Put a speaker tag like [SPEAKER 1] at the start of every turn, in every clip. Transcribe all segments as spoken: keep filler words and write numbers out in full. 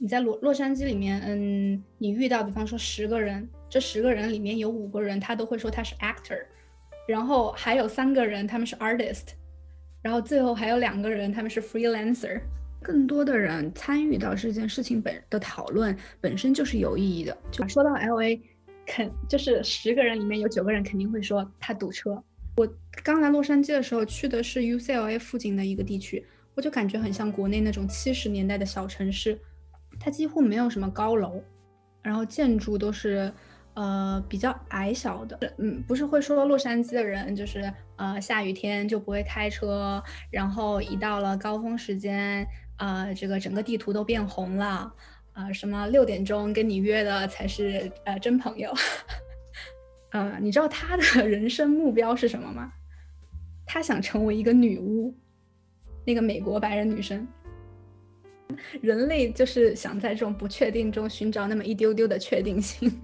[SPEAKER 1] 你在洛洛杉矶里面，嗯，你遇到比方说十个人，这十个人里面有五个人他都会说他是 actor， 然后还有三个人他们是 artist， 然后最后还有两个人他们是 freelancer。更多的人参与到这件事情本的讨论本身就是有意义的。就说到 L A， 肯就是十个人里面有九个人肯定会说他堵车。我刚来洛杉矶的时候去的是 U C L A 附近的一个地区，我就感觉很像国内那种七十年代的小城市，它几乎没有什么高楼，然后建筑都是呃比较矮小的。嗯，不是会说洛杉矶的人就是呃下雨天就不会开车，然后一到了高峰时间，呃这个整个地图都变红了，呃什么六点钟跟你约的才是呃真朋友。呃，你知道他的人生目标是什么吗？他想成为一个女巫，那个美国白人女生。人类就是想在这种不确定中寻找那么一丢丢的确定性。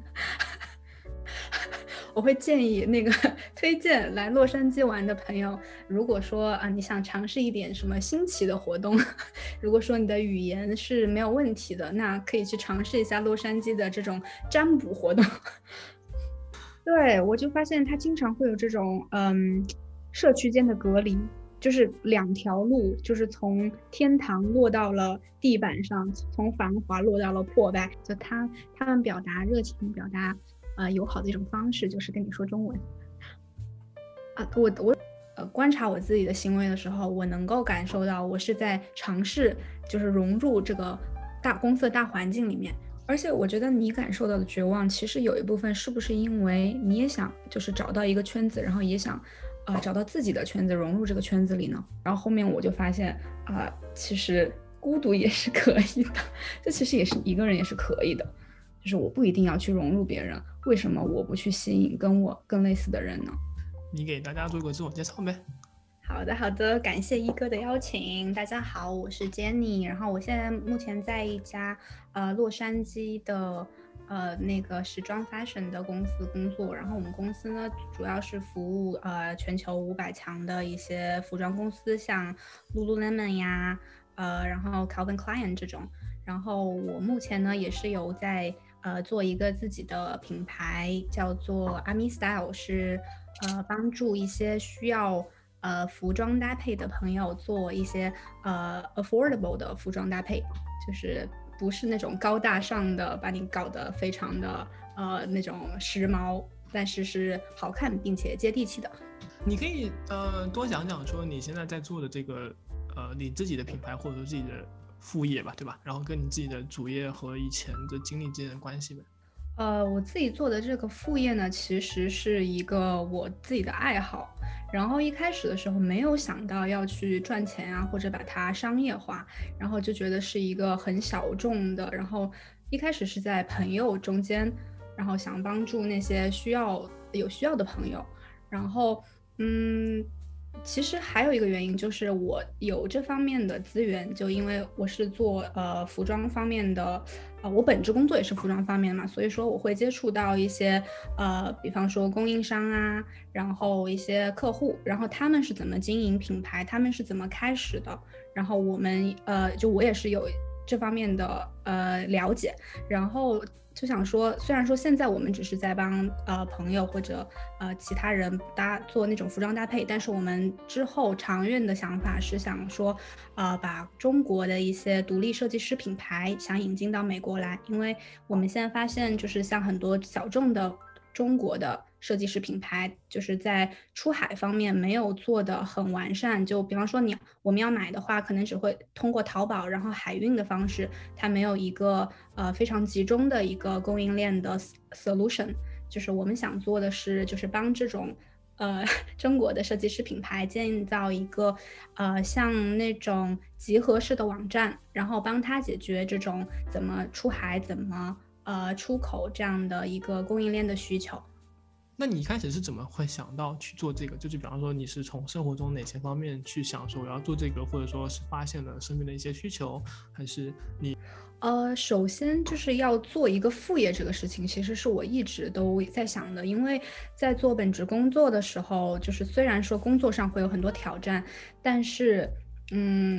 [SPEAKER 1] 我会建议那个推荐来洛杉矶玩的朋友，如果说啊你想尝试一点什么新奇的活动，如果说你的语言是没有问题的，那可以去尝试一下洛杉矶的这种占卜活动。对，我就发现它经常会有这种嗯社区间的隔离，就是两条路，就是从天堂落到了地板上，从繁华落到了破败。就他他们表达热情、表达呃友好的一种方式，就是跟你说中文。啊，我我呃观察我自己的行为的时候，我能够感受到我是在尝试就是融入这个大公司的大环境里面。而且我觉得你感受到的绝望，其实有一部分是不是因为你也想就是找到一个圈子，然后也想呃找到自己的圈子，融入这个圈子里呢？然后后面我就发现啊、呃，其实孤独也是可以的，这其实也是一个人也是可以的，就是我不一定要去融入别人，为什么我不去吸引跟我更类似的人呢？
[SPEAKER 2] 你给大家做一个自我介绍呗。
[SPEAKER 1] 好的，好的，感谢一哥的邀请。大家好，我是 Jenny， 然后我现在目前在一家呃洛杉矶的呃那个时装 fashion 的公司工作。然后我们公司呢主要是服务呃全球五百强的一些服装公司，像 Lululemon 呀，呃，然后 Calvin Klein 这种。然后我目前呢也是有在呃做一个自己的品牌，叫做 Ami Style， 是呃帮助一些需要呃服装搭配的朋友做一些呃 affordable 的服装搭配，就是不是那种高大上的把你搞得非常的呃那种时髦，但是是好看并且接地气的。
[SPEAKER 2] 你可以呃多讲讲说你现在在做的这个呃你自己的品牌或者说自己的副业吧，对吧？然后跟你自己的主业和以前的经历之间的关系呗。
[SPEAKER 1] 呃，我自己做的这个副业呢，其实是一个我自己的爱好。然后一开始的时候没有想到要去赚钱啊，或者把它商业化，然后就觉得是一个很小众的。然后一开始是在朋友中间，然后想帮助那些需要有需要的朋友。然后，嗯。其实还有一个原因就是我有这方面的资源，就因为我是做呃服装方面的，呃我本职工作也是服装方面嘛，所以说我会接触到一些呃比方说供应商啊，然后一些客户，然后他们是怎么经营品牌，他们是怎么开始的，然后我们呃就我也是有这方面的呃了解，然后就想说，虽然说现在我们只是在帮呃朋友或者呃其他人搭做那种服装搭配，但是我们之后长远的想法是想说，呃把中国的一些独立设计师品牌想引进到美国来，因为我们现在发现就是像很多小众的中国的设计师品牌，就是在出海方面没有做得很完善。就比方说你我们要买的话，可能只会通过淘宝，然后海运的方式，它没有一个呃非常集中的一个供应链的 solution。就是我们想做的是，就是帮这种呃中国的设计师品牌建造一个呃像那种集合式的网站，然后帮他解决这种怎么出海、怎么呃出口这样的一个供应链的需求。
[SPEAKER 2] 那你一开始是怎么会想到去做这个？就是比方说你是从生活中哪些方面去想说我要做这个，或者说是发现了身边的一些需求，还是你
[SPEAKER 1] 呃，首先就是要做一个副业这个事情，其实是我一直都在想的。因为在做本职工作的时候，就是虽然说工作上会有很多挑战，但是嗯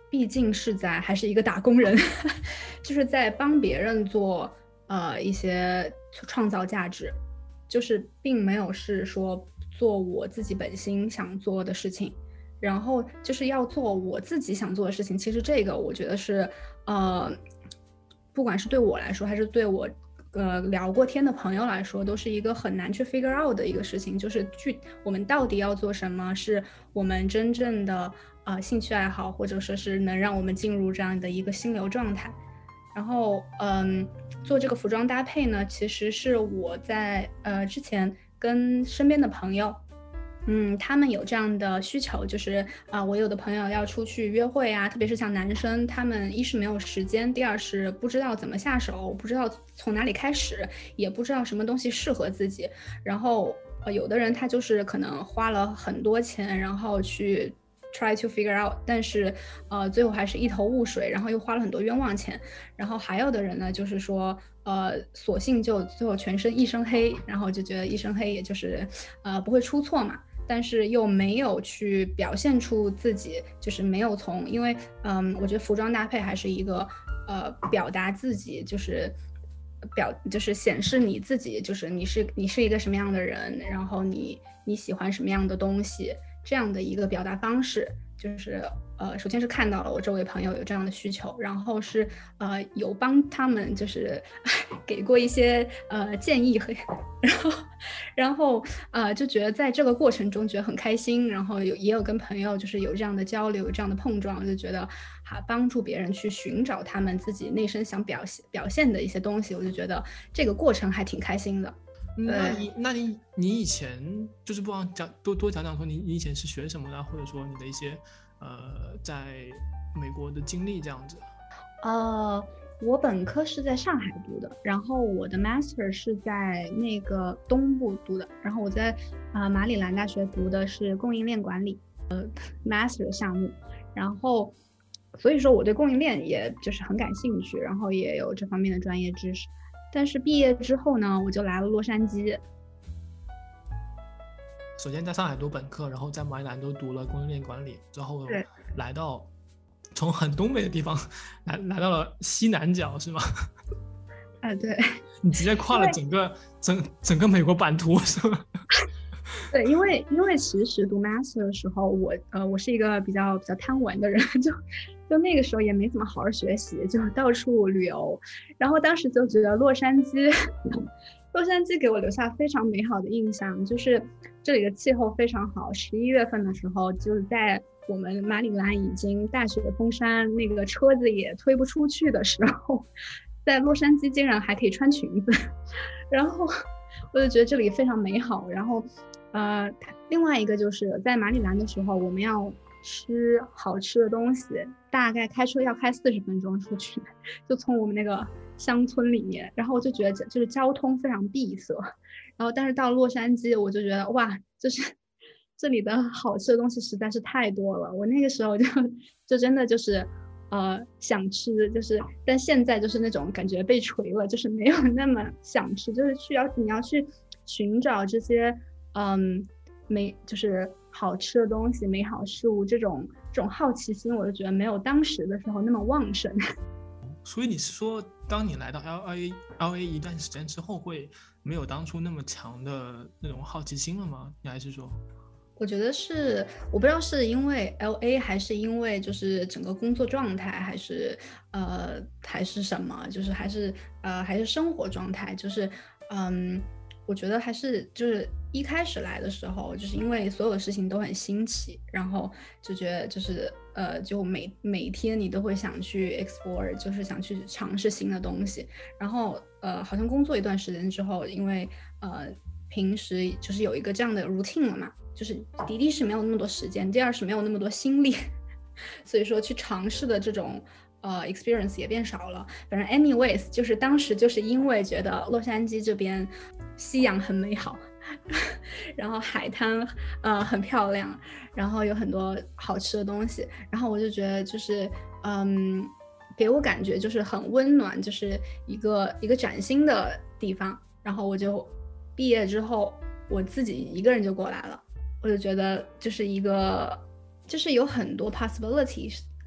[SPEAKER 1] 毕竟是在还是一个打工人，就是在帮别人做呃一些创造价值，就是并没有是说做我自己本心想做的事情，然后就是要做我自己想做的事情。其实这个我觉得是呃，不管是对我来说还是对我呃聊过天的朋友来说，都是一个很难去 figure out 的一个事情，就是具我们到底要做什么是我们真正的呃兴趣爱好，或者说是能让我们进入这样的一个心流状态。然后嗯，做这个服装搭配呢，其实是我在呃之前跟身边的朋友嗯，他们有这样的需求，就是啊、呃，我有的朋友要出去约会啊，特别是像男生，他们一是没有时间，第二是不知道怎么下手，不知道从哪里开始，也不知道什么东西适合自己。然后，呃，有的人他就是可能花了很多钱，然后去 try to figure out， 但是呃，最后还是一头雾水，然后又花了很多冤枉钱。然后还有的人呢，就是说。呃，索性就最后全身一身黑，然后就觉得一身黑，也就是呃不会出错嘛。但是又没有去表现出自己，就是没有从，因为嗯，我觉得服装搭配还是一个呃表达自己，就是表就是显示你自己，就是你是你是一个什么样的人，然后你你喜欢什么样的东西，这样的一个表达方式。就是呃，首先是看到了我周围朋友有这样的需求，然后是呃有帮他们就是给过一些呃建议和，然后然后呃就觉得在这个过程中觉得很开心，然后有也有跟朋友就是有这样的交流，有这样的碰撞，就觉得哈帮助别人去寻找他们自己内心想表现表现的一些东西，我就觉得这个过程还挺开心的。
[SPEAKER 2] 那你那你你以前就是不妨讲多多讲讲说你你以前是学什么的，或者说你的一些呃在美国的经历这样子。
[SPEAKER 1] 呃，我本科是在上海读的，然后我的 master 是在那个东部读的，然后我在啊、呃、马里兰大学读的是供应链管理呃 master 项目，然后所以说我对供应链也就是很感兴趣，然后也有这方面的专业知识。但是毕业之后呢，我就来了洛杉矶。
[SPEAKER 2] 首先在上海读本科，然后在马里兰都读了供应链管理，之后来到从很东北的地方来来到了西南角，是吗？
[SPEAKER 1] 啊，对，
[SPEAKER 2] 你直接跨了整个整整个美国版图，是吗？
[SPEAKER 1] 对，因为因为其实读 master 的时候，我呃我是一个比较比较贪玩的人，就就那个时候也没怎么好好学习，就到处旅游，然后当时就觉得洛杉矶，洛杉矶给我留下非常美好的印象，就是这里的气候非常好。十一月份的时候，就是在我们马里兰已经大雪封山，那个车子也推不出去的时候，在洛杉矶竟然还可以穿裙子，然后我就觉得这里非常美好。然后呃，另外一个就是在马里兰的时候，我们要吃好吃的东西，大概开车要开四十分钟出去，就从我们那个乡村里面，然后我就觉得就是交通非常闭塞，然后但是到洛杉矶，我就觉得哇，就是这里的好吃的东西实在是太多了，我那个时候就就真的就是呃想吃，就是但现在就是那种感觉被锤了，就是没有那么想吃，就是需要你要去寻找这些嗯美就是好吃的东西、美好事物，这种这种好奇心，我就觉得没有当时的时候那么旺盛。
[SPEAKER 2] 所以你是说，当你来到 L A L A 一段时间之后，会没有当初那么强的那种好奇心了吗？你还是说？
[SPEAKER 1] 我觉得是，我不知道是因为 L A 还是因为就是整个工作状态，还是呃还是什么，就是还是呃还是生活状态，就是嗯。我觉得还是就是一开始来的时候，就是因为所有的事情都很新奇，然后就觉得就是呃，就每每天你都会想去 explore， 就是想去尝试新的东西。然后呃，好像工作一段时间之后，因为呃平时就是有一个这样的 routine 了嘛，就是第一是没有那么多时间，第二是没有那么多心力，所以说去尝试的这种。呃 experience 也变少了，反正 anyways 就是当时就是因为觉得洛杉矶这边夕阳很美好，然后海滩呃很漂亮，然后有很多好吃的东西，然后我就觉得就是嗯给我感觉就是很温暖，就是一个一个崭新的地方。然后我就毕业之后我自己一个人就过来了，我就觉得就是一个就是有很多 possibilities。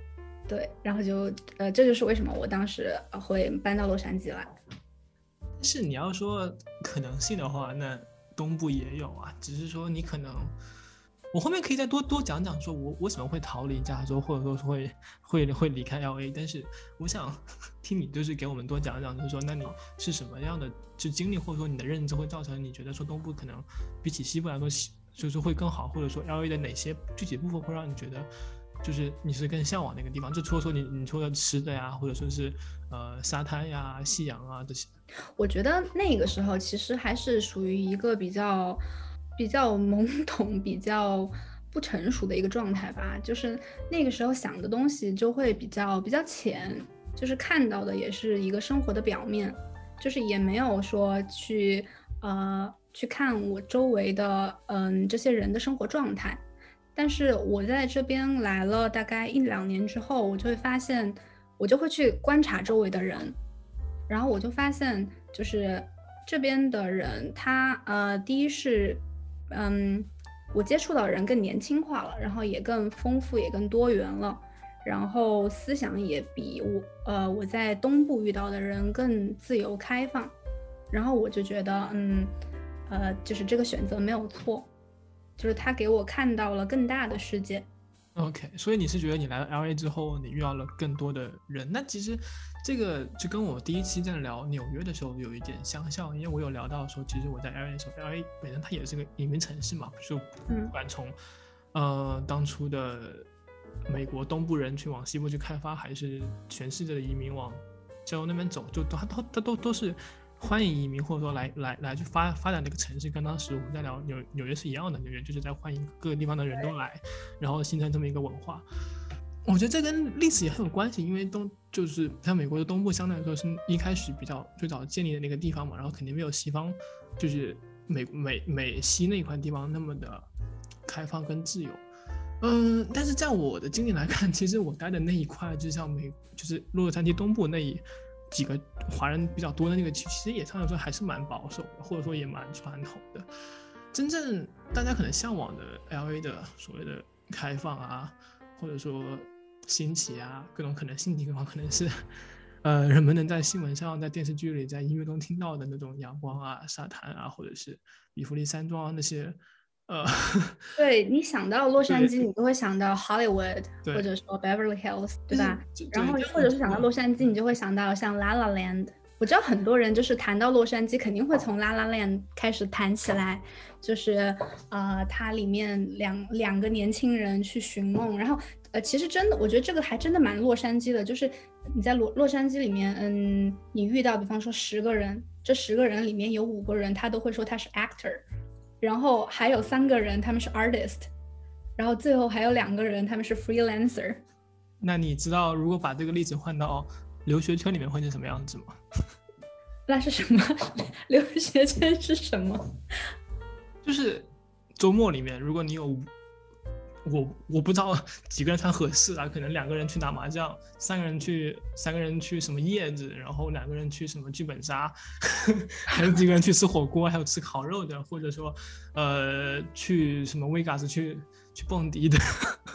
[SPEAKER 1] 对，然后就呃，这就是为什么我当时会搬到洛杉矶来。
[SPEAKER 2] 但是你要说可能性的话，那东部也有啊，只是说你可能，我后面可以再多多讲讲，说我为什么会逃离加州，或者说会会会离开 L A。但是我想听你就是给我们多讲讲，就是说那你是什么样的就经历，或者说你的认知会造成你觉得说东部可能比起西部来说就是会更好，或者说 L A 的哪些具体部分会让你觉得就是你是更向往那个地方？就除了说你你除了吃的呀，或者说是呃沙滩呀、夕阳啊这些。
[SPEAKER 1] 我觉得那个时候其实还是属于一个比较比较懵懂、比较不成熟的一个状态吧。就是那个时候想的东西就会比较比较浅，就是看到的也是一个生活的表面，就是也没有说去呃去看我周围的嗯这些人的生活状态。但是我在这边来了大概一两年之后，我就会发现，我就会去观察周围的人，然后我就发现，就是这边的人，他呃，第一是，嗯，我接触到的人更年轻化了，然后也更丰富，也更多元了，然后思想也比我呃我在东部遇到的人更自由开放，然后我就觉得，嗯，呃，就是这个选择没有错。就是他给我看到了更大的世界。
[SPEAKER 2] OK， 所以你是觉得你来了 L A 之后，你遇到了更多的人？那其实这个就跟我第一期在聊纽约的时候有一点相像，因为我有聊到说，其实我在 L A 的时候 ，L A 本身它也是个移民城市嘛，就不管从、嗯、呃当初的美国东部人去往西部去开发，还是全世界的移民往加州那边走，就它都它都都是欢迎移民，或者说来来来去发发展这个城市，跟当时我们在聊纽纽约是一样的，纽约就是在欢迎各个地方的人都来，然后形成这么一个文化。我觉得这跟历史也很有关系，因为东就是像美国的东部相对来说是一开始比较最早建立的那个地方嘛，然后肯定没有西方就是美美美西那一块地方那么的开放跟自由。嗯，但是在我的经历来看，其实我待的那一块就像美就是洛杉矶东部那一几个华人比较多的那个区，其实也相对来说还是蛮保守的，或者说也蛮传统的。真正大家可能向往的 L A 的所谓的开放啊，或者说新奇啊，各种可能性地方，可能是呃人们能在新闻上、在电视剧里、在音乐中听到的那种阳光啊、沙滩啊，或者是比弗利山庄、啊、那些。呃，
[SPEAKER 1] 对，你想到洛杉矶，你都会想到 Hollywood 或者说 Beverly Hills， 对吧？
[SPEAKER 2] 对，
[SPEAKER 1] 然后或者是想到洛杉矶，你就会想到像 La La Land。我知道很多人就是谈到洛杉矶，肯定会从 La La Land 开始谈起来，就是呃，它里面两两个年轻人去寻梦，然后呃，其实真的，我觉得这个还真的蛮洛杉矶的，就是你在洛洛杉矶里面，嗯，你遇到比方说十个人，这十个人里面有五个人他都会说他是 actor。然后还有三个人他们是 artist， 然后最后还有两个人他们是 freelancer。
[SPEAKER 2] 那你知道如果把这个例子换到留学圈里面会是什么样子吗？
[SPEAKER 1] 那是什么？留学圈是什么？
[SPEAKER 2] 就是周末里面如果你有我我不知道几个人才合适啊，可能两个人去打麻将，三个人去三个人去什么叶子，然后两个人去什么剧本杀，还有几个人去吃火锅，还有吃烤肉的，或者说呃去什么 Vegas 去去蹦迪的。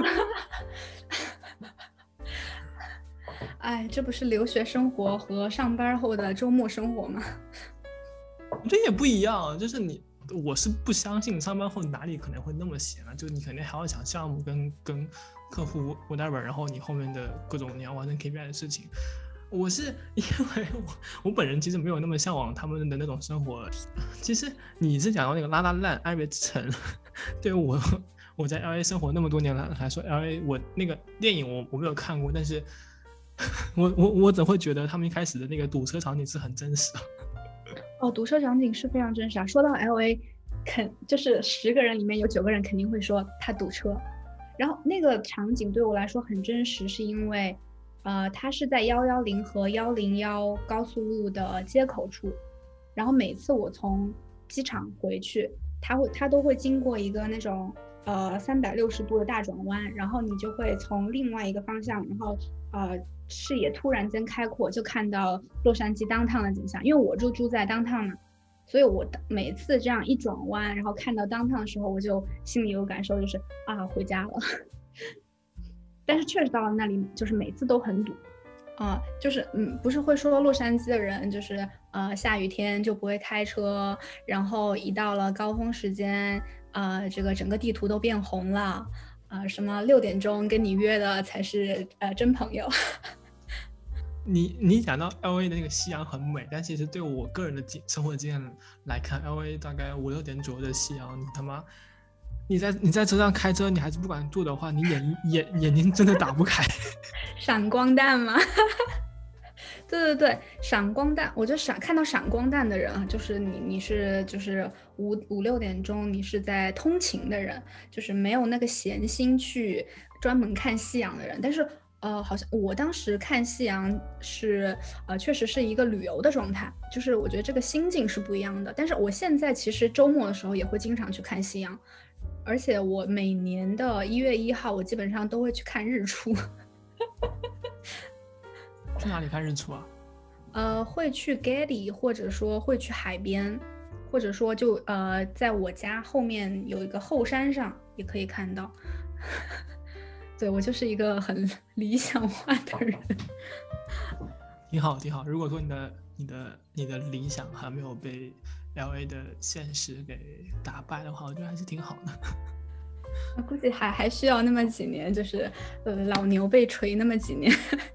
[SPEAKER 1] 哎，这不是留学生活和上班后的周末生活吗？
[SPEAKER 2] 我觉得也不一样，就是你。我是不相信上班后哪里可能会那么闲啊，就你肯定还要想项目跟跟客户 whatever， 然后你后面的各种你要完成 K P I 的事情。我是因为我我本人其实没有那么向往他们的那种生活。其实你是讲到那个拉拉烂爱乐之城，对我我在 L A 生活那么多年来来说 ，L A 我那个电影我我没有看过，但是我我我怎会觉得他们一开始的那个堵车场景是很真实的。
[SPEAKER 1] 哦，堵车场景是非常真实啊。说到 L A， 肯就是十个人里面有九个人肯定会说他堵车。然后那个场景对我来说很真实，是因为，呃，它是在一一零和一零一高速路的接口处。然后每次我从机场回去，它会它都会经过一个那种呃三百六十度的大转弯，然后你就会从另外一个方向，然后呃。视野突然间开阔，就看到洛杉矶 downtown 的景象。因为我就住在 downtown 嘛，所以我每次这样一转弯，然后看到 downtown 的时候，我就心里有感受，就是啊，回家了。 但是确实到了那里，就是每次都很堵。啊、呃，就是嗯，不是会说洛杉矶的人就是呃下雨天就不会开车，然后一到了高峰时间，呃，这个整个地图都变红了，呃，什么六点钟跟你约的才是呃真朋友。
[SPEAKER 2] 你你讲到 L A 的那个夕阳很美，但其实对我个人的经生活经验来看 ，L A 大概五六点左右的夕阳，你他妈你在你在车上开车，你还是不管住的话，你眼眼眼睛真的打不开。
[SPEAKER 1] 闪光弹吗？对对对，闪光弹，我觉得闪看到闪光弹的人啊，就是你你是就是五五六点钟你是在通勤的人，就是没有那个闲心去专门看夕阳的人。但是呃，好像我当时看夕阳是呃，确实是一个旅游的状态，就是我觉得这个心境是不一样的。但是我现在其实周末的时候也会经常去看夕阳，而且我每年的一月一号我基本上都会去看日出。
[SPEAKER 2] 去哪里看日出啊？
[SPEAKER 1] 呃，会去 Getty， 或者说会去海边，或者说就呃，在我家后面有一个后山上也可以看到。对，我就是一个很理想化的人。
[SPEAKER 2] 挺好，挺好。如果说你的、你的、你的理想还没有被 L A 的现实给打败的话，我觉得还是挺好的。
[SPEAKER 1] 估计还还需要那么几年，就是呃老牛被锤那么几年。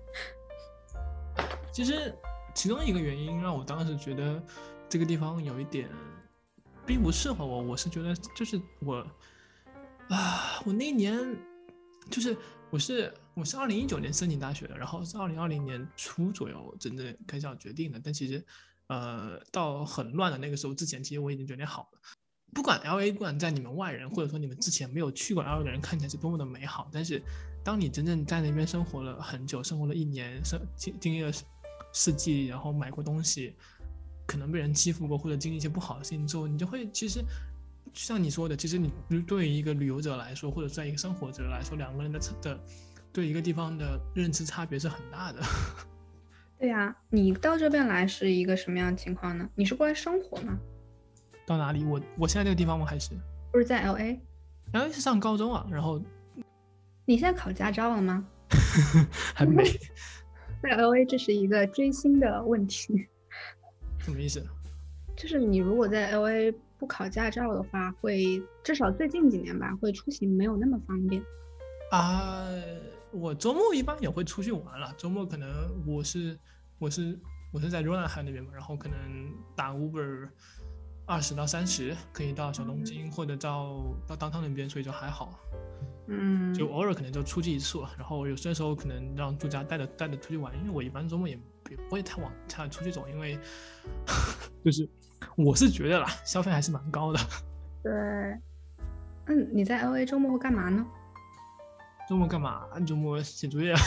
[SPEAKER 2] 其实其中一个原因让我当时觉得这个地方有一点并不适合我，我是觉得就是我啊，我那一年就是我是我是二零一九年申请大学的，然后是二零二零年初左右真正开始要决定的。但其实呃到很乱的那个时候之前，其实我已经决定好了。不管 L A， 不管在你们外人或者说你们之前没有去过 L A 的人看起来是多么的美好，但是当你真正在那边生活了很久，生活了一年，经经历了四季，然后买过东西，可能被人欺负过或者经历一些不好的事情之后，你就会其实像你说的，其实你对于一个旅游者来说，或者在一个生活者来说，两个人的的对一个地方的认知差别是很大的。
[SPEAKER 1] 对呀、啊，你到这边来是一个什么样的情况呢？你是过来生活吗？
[SPEAKER 2] 到哪里？我我现在这个地方吗？还是
[SPEAKER 1] 不是在 L A？L
[SPEAKER 2] A 是上高中啊，然后
[SPEAKER 1] 你现在考驾照了吗？
[SPEAKER 2] 还没。
[SPEAKER 1] 在 L A 这是一个追星的问题。
[SPEAKER 2] 什么意思？
[SPEAKER 1] 就是你如果在 L A 不考驾照的话，会至少最近几年吧，会出行没有那么方便。
[SPEAKER 2] 啊，我周末一般也会出去玩了。周末可能我是我是我是在 r o n a h 那边嘛，然后可能打 Uber 二十到三十可以到小东京、嗯、或者到到downtown那边，所以就还好。
[SPEAKER 1] 嗯，
[SPEAKER 2] 就偶尔可能就出去一次，然后有些时候可能让住家带着带着出去玩，因为我一般周末也不会太往太出去走，因为就是我是觉得啦，消费还是蛮高的。
[SPEAKER 1] 对，嗯，你在 L A 周末会干嘛呢？
[SPEAKER 2] 周末干嘛？周末写作业啊。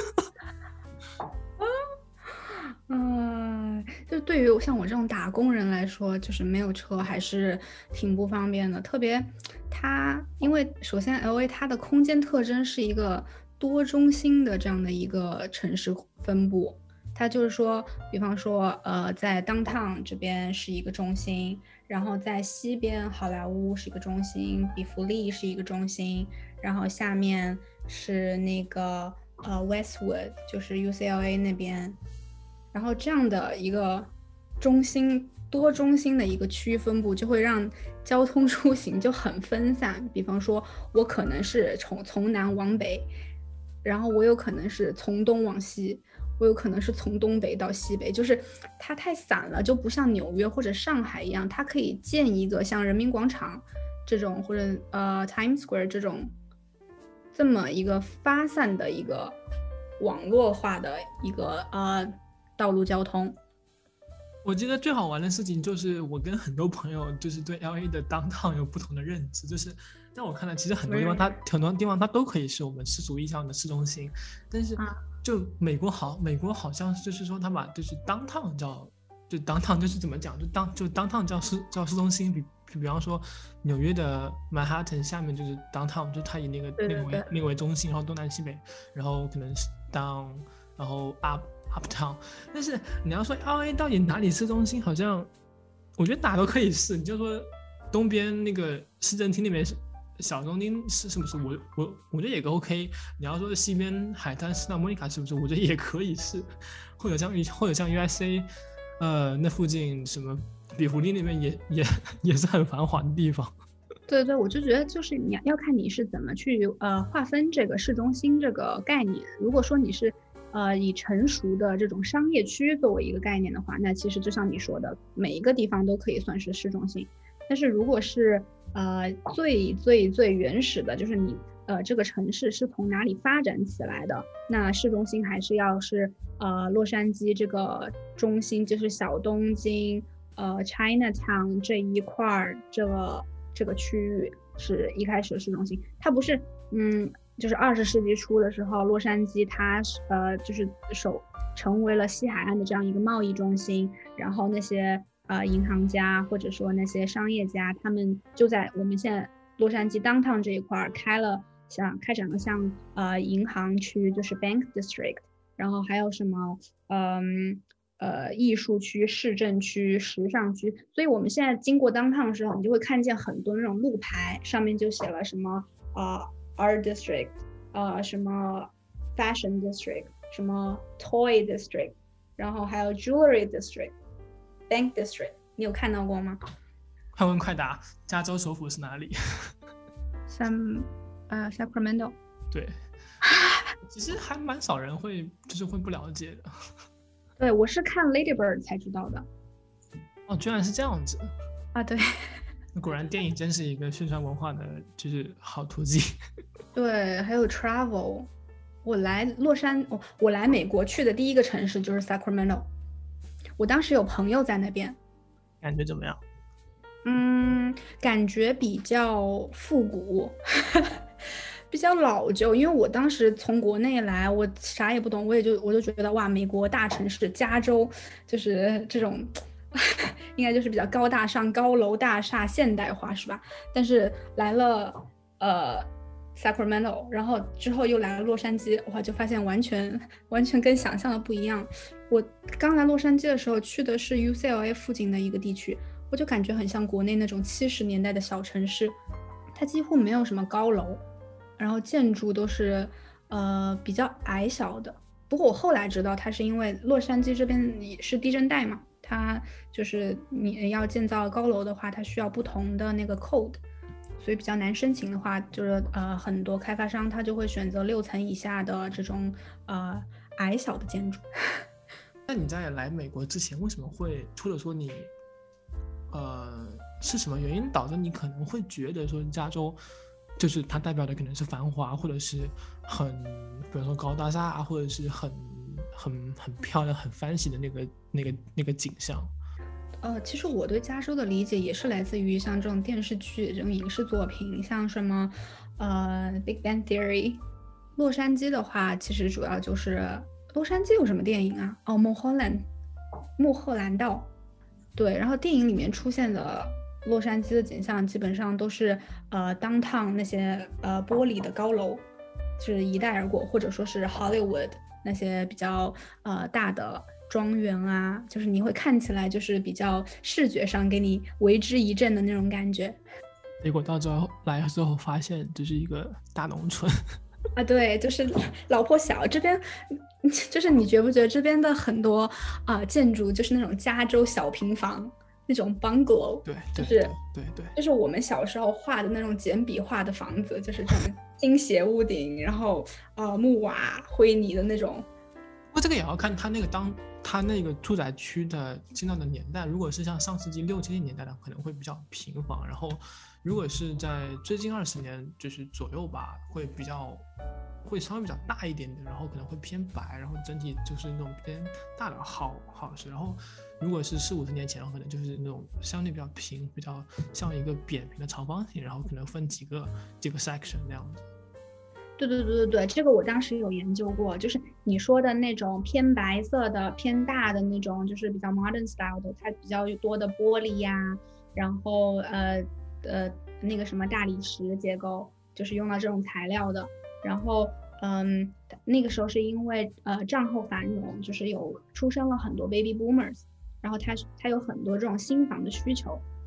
[SPEAKER 1] 嗯、呃，就对于像我这种打工人来说，就是没有车还是挺不方便的。特别它，因为首先 L A 它的空间特征是一个多中心的这样的一个城市分布。它就是说，比方说，呃，在 downtown 这边是一个中心，然后在西边好莱坞是一个中心，比弗利是一个中心，然后下面是那个呃 Westwood， 就是 U C L A 那边。然后这样的一个中心多中心的一个区域分布，就会让交通出行就很分散。比方说我可能是从从南往北，然后我有可能是从东往西，我有可能是从东北到西北，就是它太散了，就不像纽约或者上海一样，它可以建一个像人民广场这种或者呃 Times Square 这种这么一个发散的一个网络化的一个呃道路交通。
[SPEAKER 2] 我记得最好玩的事情就是我跟很多朋友就是对 L A 的 downtown 有不同的认知，就是在我看来其实很多地方它很多地方它都可以是我们世俗意义上的市中心，但是就美国好美国好像就是说他把就是 downtown 叫就 downtown 就是怎么讲就当就 downtown 叫市叫市中心，比比方说纽约的 Manhattan 下面就是 downtown， 就它以那个那个为那个为中心，然后东南西北，然后可能是 down， 然后 up uptown。 但是你要说 L A 到底哪里市中心，好像我觉得哪都可以是。你就说东边那个市政厅那边是小东京是是不是？我我我觉得也 OK。你要说是西边海滩斯纳莫尼卡是不是？我觉得也可以是，或者像或者像 U S A， 呃，那附近什么比弗利那边也也也是很繁华的地方。
[SPEAKER 1] 对对，我就觉得就是你要看你是怎么去呃划分这个市中心这个概念。如果说你是呃以成熟的这种商业区作为一个概念的话，那其实就像你说的，每一个地方都可以算是市中心。但是如果是呃最最最原始的，就是你呃这个城市是从哪里发展起来的，那市中心还是要是呃洛杉矶这个中心，就是小东京呃 Chinatown 这一块儿这个。这个区域是一开始的市中心，它不是，嗯，就是二十世纪初的时候，洛杉矶它呃就是首成为了西海岸的这样一个贸易中心，然后那些呃银行家或者说那些商业家，他们就在我们现在洛杉矶 downtown 这一块开了像开展了像呃银行区，就是 Bank District， 然后还有什么嗯。呃，艺术区、市政区、时尚区，所以我们现在经过 downtown 的时候，你就会看见很多那种路牌，上面就写了什么呃 Art District， 呃什么 Fashion District， 什么 Toy District， 然后还有 Jewelry District、Bank District， 你有看到过吗？
[SPEAKER 2] 快问快答，加州首府是哪里？
[SPEAKER 1] San 呃 Sacramento。
[SPEAKER 2] 对，其实还蛮少人会就是会不了解的。
[SPEAKER 1] 对，我是看 Lady Bird 才知道的。
[SPEAKER 2] 哦，居然是这样子
[SPEAKER 1] 啊！对，
[SPEAKER 2] 果然电影真是一个宣传文化的就是好途径。
[SPEAKER 1] 对，还有 travel。我来洛杉矶，我来美国去的第一个城市就是 Sacramento。我当时有朋友在那边。
[SPEAKER 2] 感觉怎么样？
[SPEAKER 1] 嗯，感觉比较复古。比较老旧，因为我当时从国内来，我啥也不懂，我也就我就觉得哇，美国大城市加州就是这种，应该就是比较高大上、高楼大厦、现代化是吧？但是来了呃 Sacramento， 然后之后又来了洛杉矶，哇，就发现完全完全跟想象的不一样。我刚来洛杉矶的时候去的是 U C L A 附近的一个地区，我就感觉很像国内那种七十年代的小城市，它几乎没有什么高楼。然后建筑都是呃比较矮小的，不过我后来知道它是因为洛杉矶这边也是地震带嘛，它就是你要建造高楼的话，它需要不同的那个 code， 所以比较难申请的话，就是呃很多开发商他就会选择六层以下的这种呃矮小的建筑。
[SPEAKER 2] 那你在来美国之前，为什么会除了说你呃是什么原因导致你可能会觉得说加州就是它代表的可能是繁华，或者是很比如说高大厦，或者是很很很漂亮很 fancy 的那个那个那个景象？
[SPEAKER 1] 呃，其实我对加州的理解也是来自于像这种电视剧、这种影视作品，像什么呃《Big Bang Theory》。洛杉矶的话，其实主要就是洛杉矶有什么电影啊？哦，《穆赫兰穆赫兰道》。对，然后电影里面出现的洛杉矶的景象基本上都是呃 downtown 那些呃玻璃的高楼，是一带而过，或者说是 Hollywood 那些比较呃大的庄园啊，就是你会看起来就是比较视觉上给你为之一振的那种感觉。
[SPEAKER 2] 结果到之后来之后发现这是一个大农村。
[SPEAKER 1] 啊，对，就是老破小这边，就是你觉不觉得这边的很多啊、呃、建筑就是那种加州小平房那种 bungalow，
[SPEAKER 2] 对，
[SPEAKER 1] 就是
[SPEAKER 2] 对对对，
[SPEAKER 1] 就是我们小时候画的那种简笔画的房子，就是这种倾斜屋顶，然后呃木瓦灰泥的那种。
[SPEAKER 2] 不过这个也要看它那个当它那个住宅区的建造的年代，如果是像上世纪六七十年代的，可能会比较平房，然后如果是在最近二十年就是左右吧，会比较会稍微比较大一点点，然后可能会偏白，然后整体就是那种偏大的好好是，然后如果是四五十年前，可能就是那种相对比较平，比较像一个扁平的长方形，然后可能分几个几个 section 那样子。
[SPEAKER 1] 对对对对对，这个我当时有研究过，就是你说的那种偏白色的、偏大的那种，就是比较 modern style 的，它比较多的玻璃呀、啊，然后呃呃那个什么大理石结构，就是用到这种材料的。然后嗯，那个时候是因为呃战后繁荣，就是有出生了很多 baby boomers， 然后它它有很多这种新房的需求，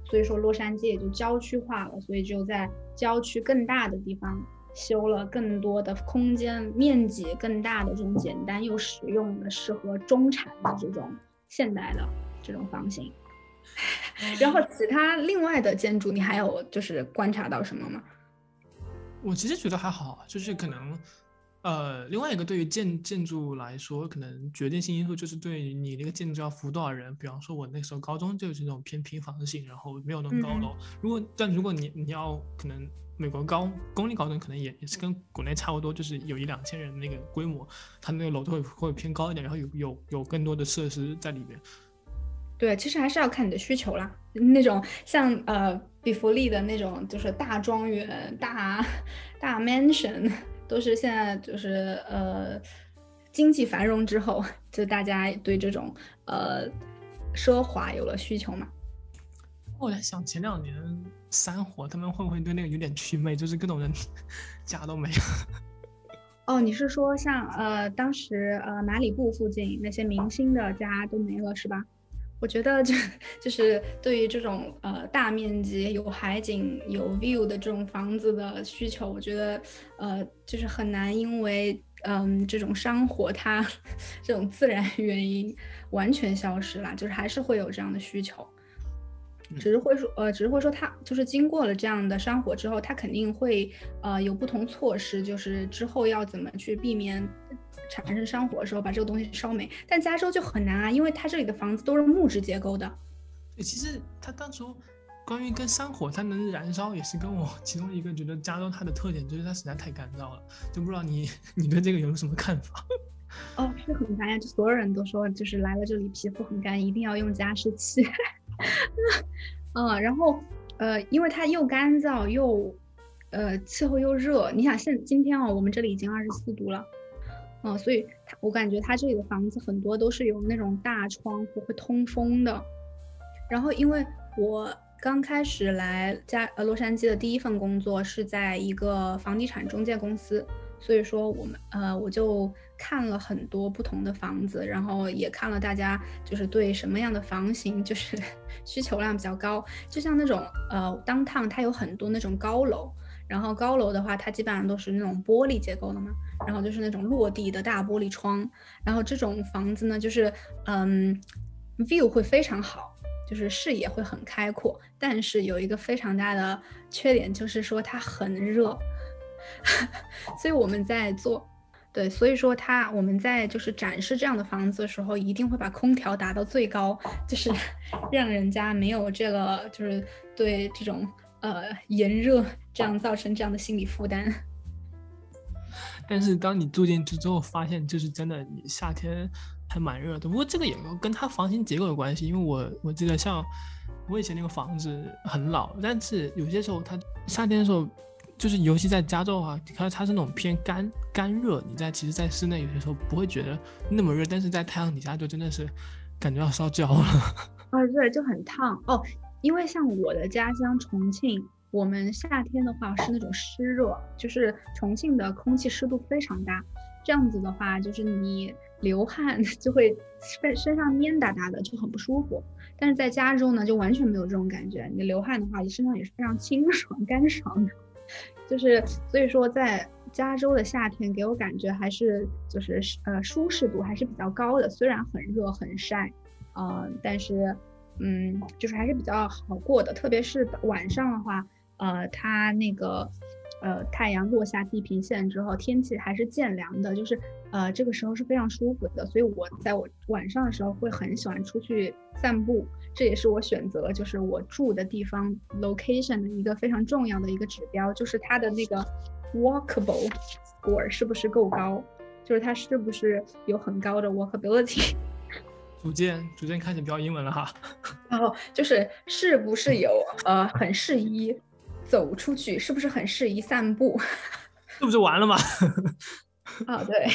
[SPEAKER 1] 所以说洛杉矶也就郊区化了，所以只有在郊区更大的地方修了更多的空间面积更大的这种简单又实用的适合中产的这种现代的这种房型。然后其他另外的建筑你还有就是观察到什么吗？
[SPEAKER 2] 我其实觉得还好，就是可能呃，另外一个对于建建筑来说，可能决定性因素就是对你那个建筑要服务多少人。比方说，我那时候高中就是那种偏平房型，然后没有那种高楼。嗯、如果但如果你你要可能美国高公立高中可能也也是跟国内差不多，就是有一两千人的那个规模，它那个楼都会会偏高一点，然后有有有更多的设施在里面。
[SPEAKER 1] 对，其实还是要看你的需求啦。那种像呃比弗利的那种，就是大庄园、大大 mansion， 都是现在就是呃经济繁荣之后，就大家对这种呃奢华有了需求嘛。
[SPEAKER 2] 我在想前两年三火他们会不会对那个有点祛魅，就是各种人家都没有。
[SPEAKER 1] 哦，你是说像呃当时呃马里布附近那些明星的家都没了是吧？我觉得就就是对于这种呃大面积有海景有 view 的这种房子的需求，我觉得呃就是很难因为嗯这种山火它这种自然原因完全消失了，就是还是会有这样的需求。只是会说，呃，只是会说，它就是经过了这样的山火之后，它肯定会，呃，有不同措施，就是之后要怎么去避免产生山火的时候把这个东西烧没。但加州就很难啊，因为它这里的房子都是木质结构的。
[SPEAKER 2] 其实它当初关于跟山火它能燃烧，也是跟我其中一个觉得加州它的特点就是它实在太干燥了，就不知道你你对这个有什么看法？
[SPEAKER 1] 哦，是很干呀，就所有人都说，就是来了这里皮肤很干，一定要用加湿器。嗯，然后呃，因为它又干燥又呃气候又热，你想现今天啊、哦，我们这里已经二十四度了，嗯、呃，所以它我感觉它这里的房子很多都是有那种大窗户会通风的。然后因为我刚开始来加呃洛杉矶的第一份工作是在一个房地产中介公司。所以说我们呃我就看了很多不同的房子，然后也看了大家就是对什么样的房型就是需求量比较高，就像那种呃 downtown 它有很多那种高楼，然后高楼的话它基本上都是那种玻璃结构的嘛，然后就是那种落地的大玻璃窗，然后这种房子呢就是嗯 view 会非常好，就是视野会很开阔，但是有一个非常大的缺点就是说它很热。所以我们在做，对，所以说它我们在就是展示这样的房子的时候，一定会把空调打到最高，就是让人家没有这个就是对这种呃炎热这样造成这样的心理负担。
[SPEAKER 2] 但是当你住进去之后，发现就是真的，你夏天还蛮热的。不过这个也跟它房型结构有关系，因为我我记得像我以前那个房子很老，但是有些时候它夏天的时候。就是尤其在加州啊，它它是那种偏干干热，你在其实，在室内有些时候不会觉得那么热，但是在太阳底下就真的是感觉要烧焦了。
[SPEAKER 1] 啊，对，就很烫哦。因为像我的家乡重庆，我们夏天的话是那种湿热，就是重庆的空气湿度非常大，这样子的话，就是你流汗就会身上黏哒哒的，就很不舒服。但是在加州呢，就完全没有这种感觉，你流汗的话，你身上也是非常清爽干爽的。就是所以说在加州的夏天给我感觉还是就是呃舒适度还是比较高的，虽然很热很晒，呃但是嗯就是还是比较好过的，特别是晚上的话，呃它那个呃太阳落下地平线之后，天气还是渐凉的，就是呃这个时候是非常舒服的，所以我在我晚上的时候会很喜欢出去散步。这也是我选择就是我住的地方 location 的一个非常重要的一个指标，就是它的那个 walkable score 是不是够高，就是它是不是有很高的 walkability。
[SPEAKER 2] 逐渐逐渐开始标英文了哈。
[SPEAKER 1] 然后就是是不是有呃很适宜走出去，是不是很适宜散步。
[SPEAKER 2] 这不就完了吗？
[SPEAKER 1] 啊、哦、对。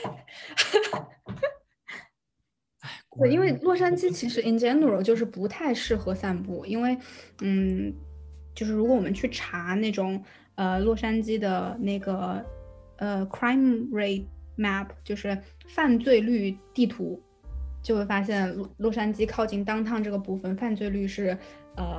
[SPEAKER 1] 对，因为洛杉矶其实 in general 就是不太适合散步，因为，嗯，就是如果我们去查那种呃洛杉矶的那个呃 crime rate map， 就是犯罪率地图，就会发现洛洛杉矶靠近 downtown 这个部分犯罪率是呃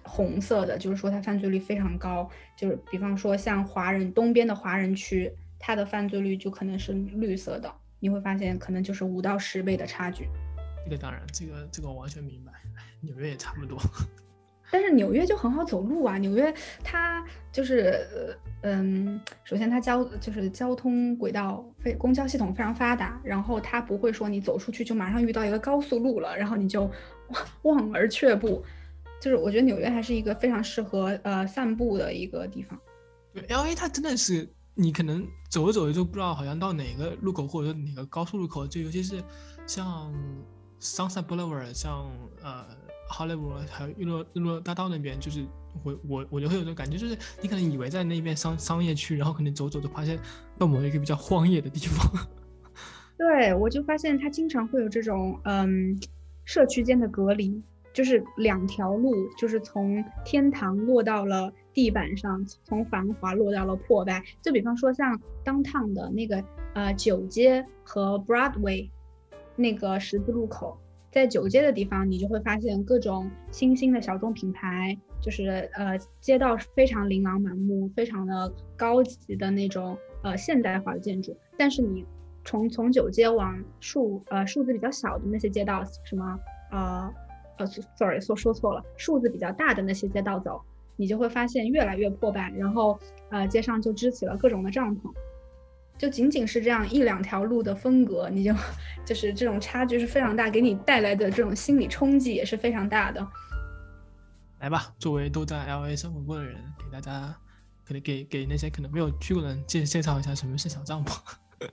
[SPEAKER 1] 红色的，就是说它犯罪率非常高。就是比方说像华人东边的华人区，它的犯罪率就可能是绿色的，你会发现可能就是五到十倍的差距。
[SPEAKER 2] 这个当然，这个这个我完全明白，纽约也差不多。
[SPEAKER 1] 但是纽约就很好走路啊，纽约它就是嗯，首先它交就是交通轨道非公交系统非常发达，然后它不会说你走出去就马上遇到一个高速路了，然后你就望而却步。就是我觉得纽约还是一个非常适合呃散步的一个地方。
[SPEAKER 2] 对 ，L A 它真的是你可能走着走着就不知道好像到哪个路口或者说哪个高速路口，就尤其是像 Sunset Boulevard， 像呃。Hollywood 还有日落日落大道那边，就是我我我就会有种感觉，就是你可能以为在那边商商业区，然后可能走走就发现到某一个比较荒野的地方。
[SPEAKER 1] 对，我就发现它经常会有这种嗯社区间的隔离，就是两条路，就是从天堂落到了地板上，从繁华落到了破败。就比方说像 downtown 的那个呃九街和 Broadway 那个十字路口。在九街的地方，你就会发现各种新兴的小众品牌，就是呃街道非常琳琅满目，非常的高级的那种呃现代化的建筑。但是你从从九街往数呃数字比较小的那些街道，什么呃呃 sorry 说说错了，数字比较大的那些街道走，你就会发现越来越破败，然后呃街上就支起了各种的帐篷。就仅仅是这样一两条路的分隔，你就就是这种差距是非常大，给你带来的这种心理冲击也是非常大的。
[SPEAKER 2] 来吧，作为都在 L A 生活过的人，给大家可能给给那些可能没有去过的人介介绍一下什么是小帐篷。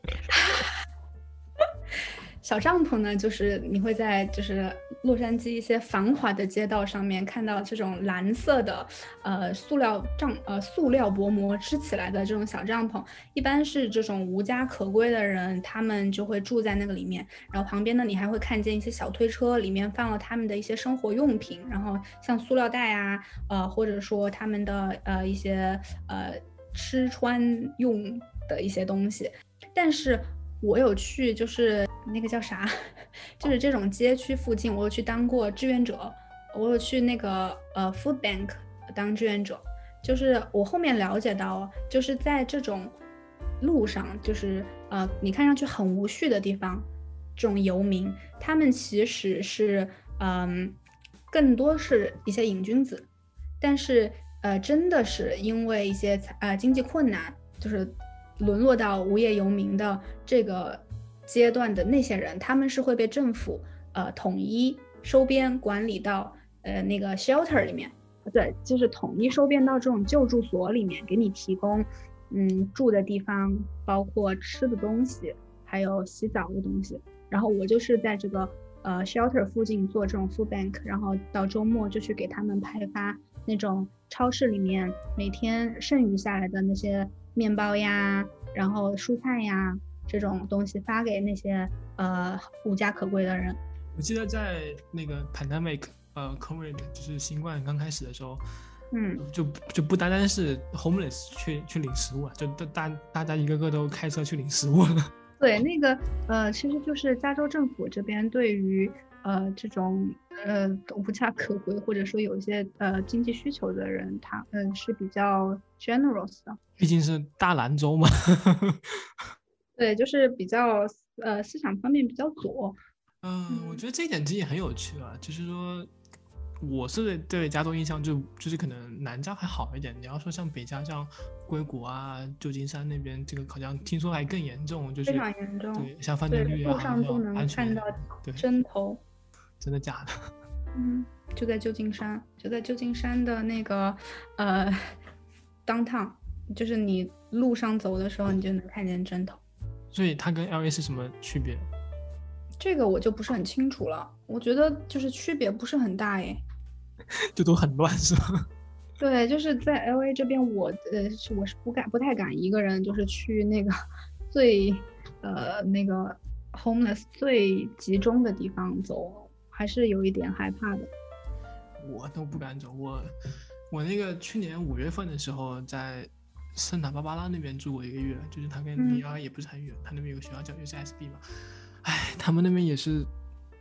[SPEAKER 1] 小帐篷呢，就是你会在就是洛杉矶一些繁华的街道上面看到这种蓝色的呃塑料帐呃塑料薄膜织起来的这种小帐篷，一般是这种无家可归的人，他们就会住在那个里面。然后旁边呢，你还会看见一些小推车，里面放了他们的一些生活用品，然后像塑料袋啊，呃或者说他们的呃一些呃吃穿用的一些东西。但是我有去就是那个叫啥，就是这种街区附近，我有去当过志愿者，我有去那个呃 food bank 当志愿者。就是我后面了解到，就是在这种路上，就是呃你看上去很无序的地方，这种游民，他们其实是嗯、呃、更多是一些瘾君子，但是呃真的是因为一些呃经济困难，就是沦落到无业游民的这个阶段的那些人，他们是会被政府呃统一收编管理到呃那个 shelter 里面，对，就是统一收编到这种救助所里面，给你提供嗯住的地方，包括吃的东西，还有洗澡的东西。然后我就是在这个呃 shelter 附近做这种 food bank， 然后到周末就去给他们派发那种超市里面每天剩余下来的那些面包呀，然后蔬菜呀这种东西发给那些呃无家可归的人。
[SPEAKER 2] 我记得在那个 pandemic 呃 COVID 就是新冠刚开始的时候，
[SPEAKER 1] 嗯，
[SPEAKER 2] 就就不单单是 homeless 去去领食物啊，就大大家一个个都开车去领食物了。
[SPEAKER 1] 对，那个呃，其实就是加州政府这边对于呃这种呃无家可归或者说有一些呃经济需求的人，他嗯、呃、是比较 generous 的。
[SPEAKER 2] 毕竟是大兰州嘛。
[SPEAKER 1] 对，就是比较呃思想方面比较左。
[SPEAKER 2] 嗯、呃，我觉得这一点其实也很有趣啊，就是说。我是对加州印象就就是可能南加还好一点，你要说像北加像硅谷啊、旧金山那边，这个好像听说还更严重，就是
[SPEAKER 1] 非常严重。
[SPEAKER 2] 对，像犯罪率啊，
[SPEAKER 1] 路上都能看到针头。
[SPEAKER 2] 真的假的？
[SPEAKER 1] 嗯，就在旧金山，就在旧金山的那个呃 downtown， 就是你路上走的时候，你就能看见针头。
[SPEAKER 2] 所以它跟 L A 是什么区别？
[SPEAKER 1] 这个我就不是很清楚了，我觉得就是区别不是很大耶。
[SPEAKER 2] 就都很乱是吧？
[SPEAKER 1] 对，就是在 L A 这边我，我呃我是不敢不太敢一个人就是去那个最呃那个 homeless 最集中的地方走，还是有一点害怕的。
[SPEAKER 2] 我都不敢走，我我那个去年五月份的时候在圣塔芭芭拉那边住过一个月，就是他跟尼亚也不是很远，他那边有个学校叫 U C S B 嘛，哎，他们那边也是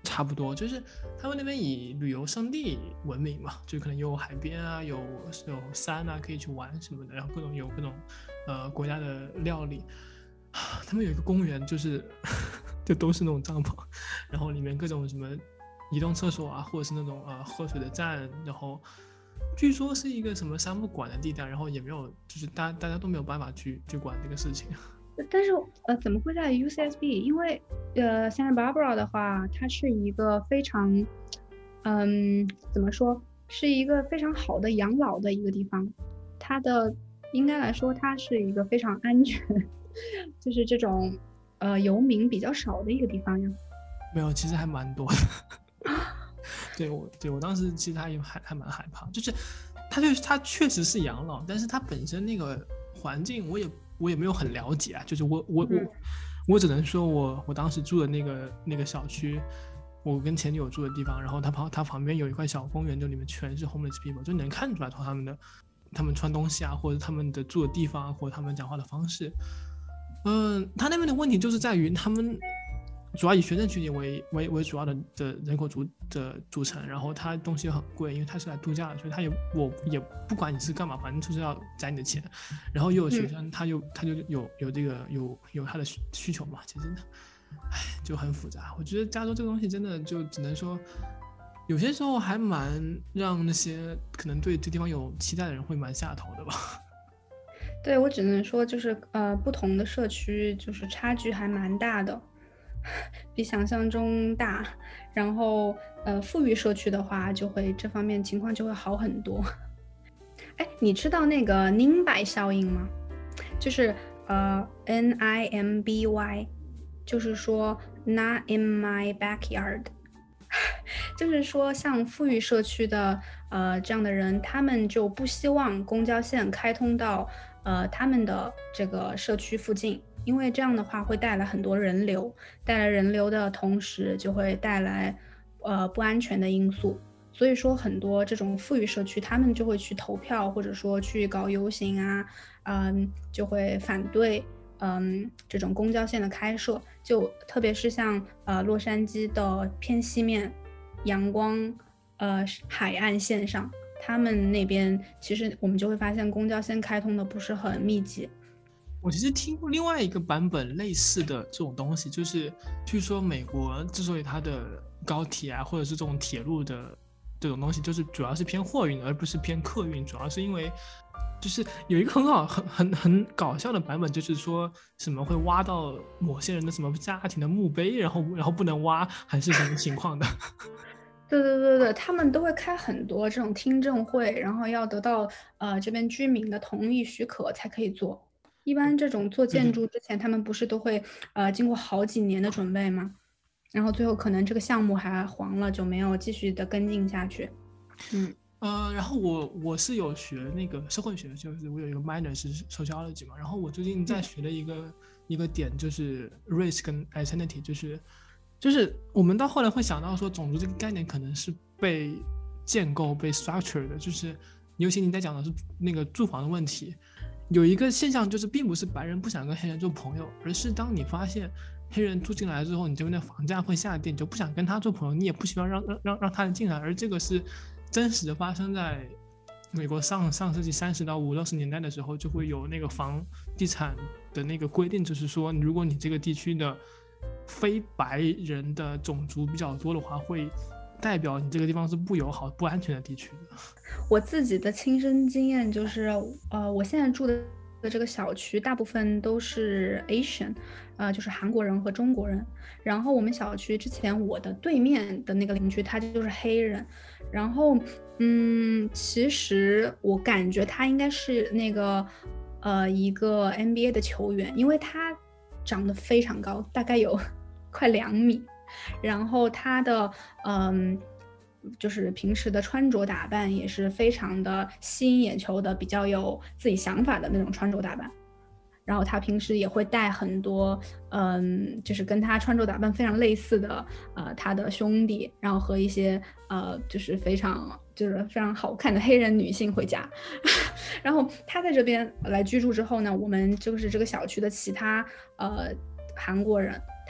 [SPEAKER 2] 差不多，就是他们那边以旅游胜地闻名嘛，就可能有海边啊，有有山啊，可以去玩什么的，然后各种有各种呃国家的料理。他们有一个公园，就是就都是那种帐篷，然后里面各种什么移动厕所啊，或者是那种呃喝水的站，然后据说是一个什么山不管的地带，然后也没有，就是大大家都没有办法去去管这个事情。
[SPEAKER 1] 但是呃，怎么会在 U C S B？ 因为呃，Santa Barbara 的话，它是一个非常，嗯，怎么说，是一个非常好的养老的一个地方。它的应该来说，它是一个非常安全，就是这种呃游民比较少的一个地方呀。
[SPEAKER 2] 没有，其实还蛮多的。对我，对我当时其实还还还蛮害怕，就是它就是它确实是养老，但是它本身那个环境我也。我也没有很了解啊，就是我我我我只能说我我当时住的那个那个小区，我跟前女友住的地方，然后它旁它旁边有一块小公园，就里面全是 homeless people， 就能看出来从他们的他们穿东西啊，或者他们的住的地方啊，或者他们讲话的方式。嗯，他那边的问题就是在于他们主要以学生群体为为为主要的的人口组的组成，然后它东西很贵，因为它是来度假的，所以它也我也不管你是干嘛，反正就是要攒你的钱。然后又有学生，他又他就有有这个有有他的需求嘛，其实，唉，就很复杂。我觉得加州这个东西真的就只能说，有些时候还蛮让那些可能对这地方有期待的人会蛮下头的吧。
[SPEAKER 1] 对，我只能说就是呃，不同的社区就是差距还蛮大的。比想象中大，然后呃，富裕社区的话，就会这方面情况就会好很多。哎，你知道那个 N I M B Y 效应吗？就是呃 N I M B Y， 就是说 Not in my backyard， 就是说像富裕社区的呃这样的人，他们就不希望公交线开通到呃他们的这个社区附近。因为这样的话会带来很多人流，带来人流的同时就会带来呃不安全的因素，所以说很多这种富裕社区他们就会去投票，或者说去搞游行啊，嗯，就会反对嗯这种公交线的开设，就特别是像呃洛杉矶的偏西面阳光呃海岸线上，他们那边其实我们就会发现公交线开通的不是很密集。
[SPEAKER 2] 我其实听过另外一个版本类似的这种东西，就是据说美国之所以它的高铁啊，或者是这种铁路的这种东西，就是主要是偏货运而不是偏客运，主要是因为就是有一个很好很很很搞笑的版本，就是说什么会挖到某些人的什么家庭的墓碑，然后然后不能挖，还是什么情况的。
[SPEAKER 1] 对对对对，他们都会开很多这种听证会，然后要得到呃这边居民的同意许可才可以做。一般这种做建筑之前，他们不是都会呃经过好几年的准备吗？然后最后可能这个项目还黄了，就没有继续的跟进下去。嗯，
[SPEAKER 2] 呃，然后我我是有学那个社会学，就是我有一个 minor 是 sociology 嘛，然后我最近在学的一个、嗯、一个点就是 race 跟 identity， 就是就是我们到后来会想到说，种族这个概念可能是被建构被 structure 的，就是尤其你在讲的是那个住房的问题。有一个现象就是，并不是白人不想跟黑人做朋友，而是当你发现黑人住进来之后，你这边的房价会下跌，你就不想跟他做朋友，你也不希望让让让他进来。而这个是真实的发生在美国上上世纪三十到五六十年代的时候，就会有那个房地产的那个规定，就是说，如果你这个地区的非白人的种族比较多的话，会代表你这个地方是不友好、不安全的地区的。
[SPEAKER 1] 我自己的亲身经验就是，呃，我现在住的这个小区大部分都是 Asian， 呃，就是韩国人和中国人。然后我们小区之前我的对面的那个邻居他就是黑人，然后嗯，其实我感觉他应该是那个呃一个 N B A 的球员，因为他长得非常高，大概有快两米。然后他的嗯，就是平时的穿着打扮也是非常的吸引眼球的，比较有自己想法的那种穿着打扮。然后他平时也会带很多嗯，就是跟他穿着打扮非常类似的呃他的兄弟，然后和一些呃就是非常就是非常好看的黑人女性回家。然后他在这边来居住之后呢，我们就是这个小区的其他呃韩国人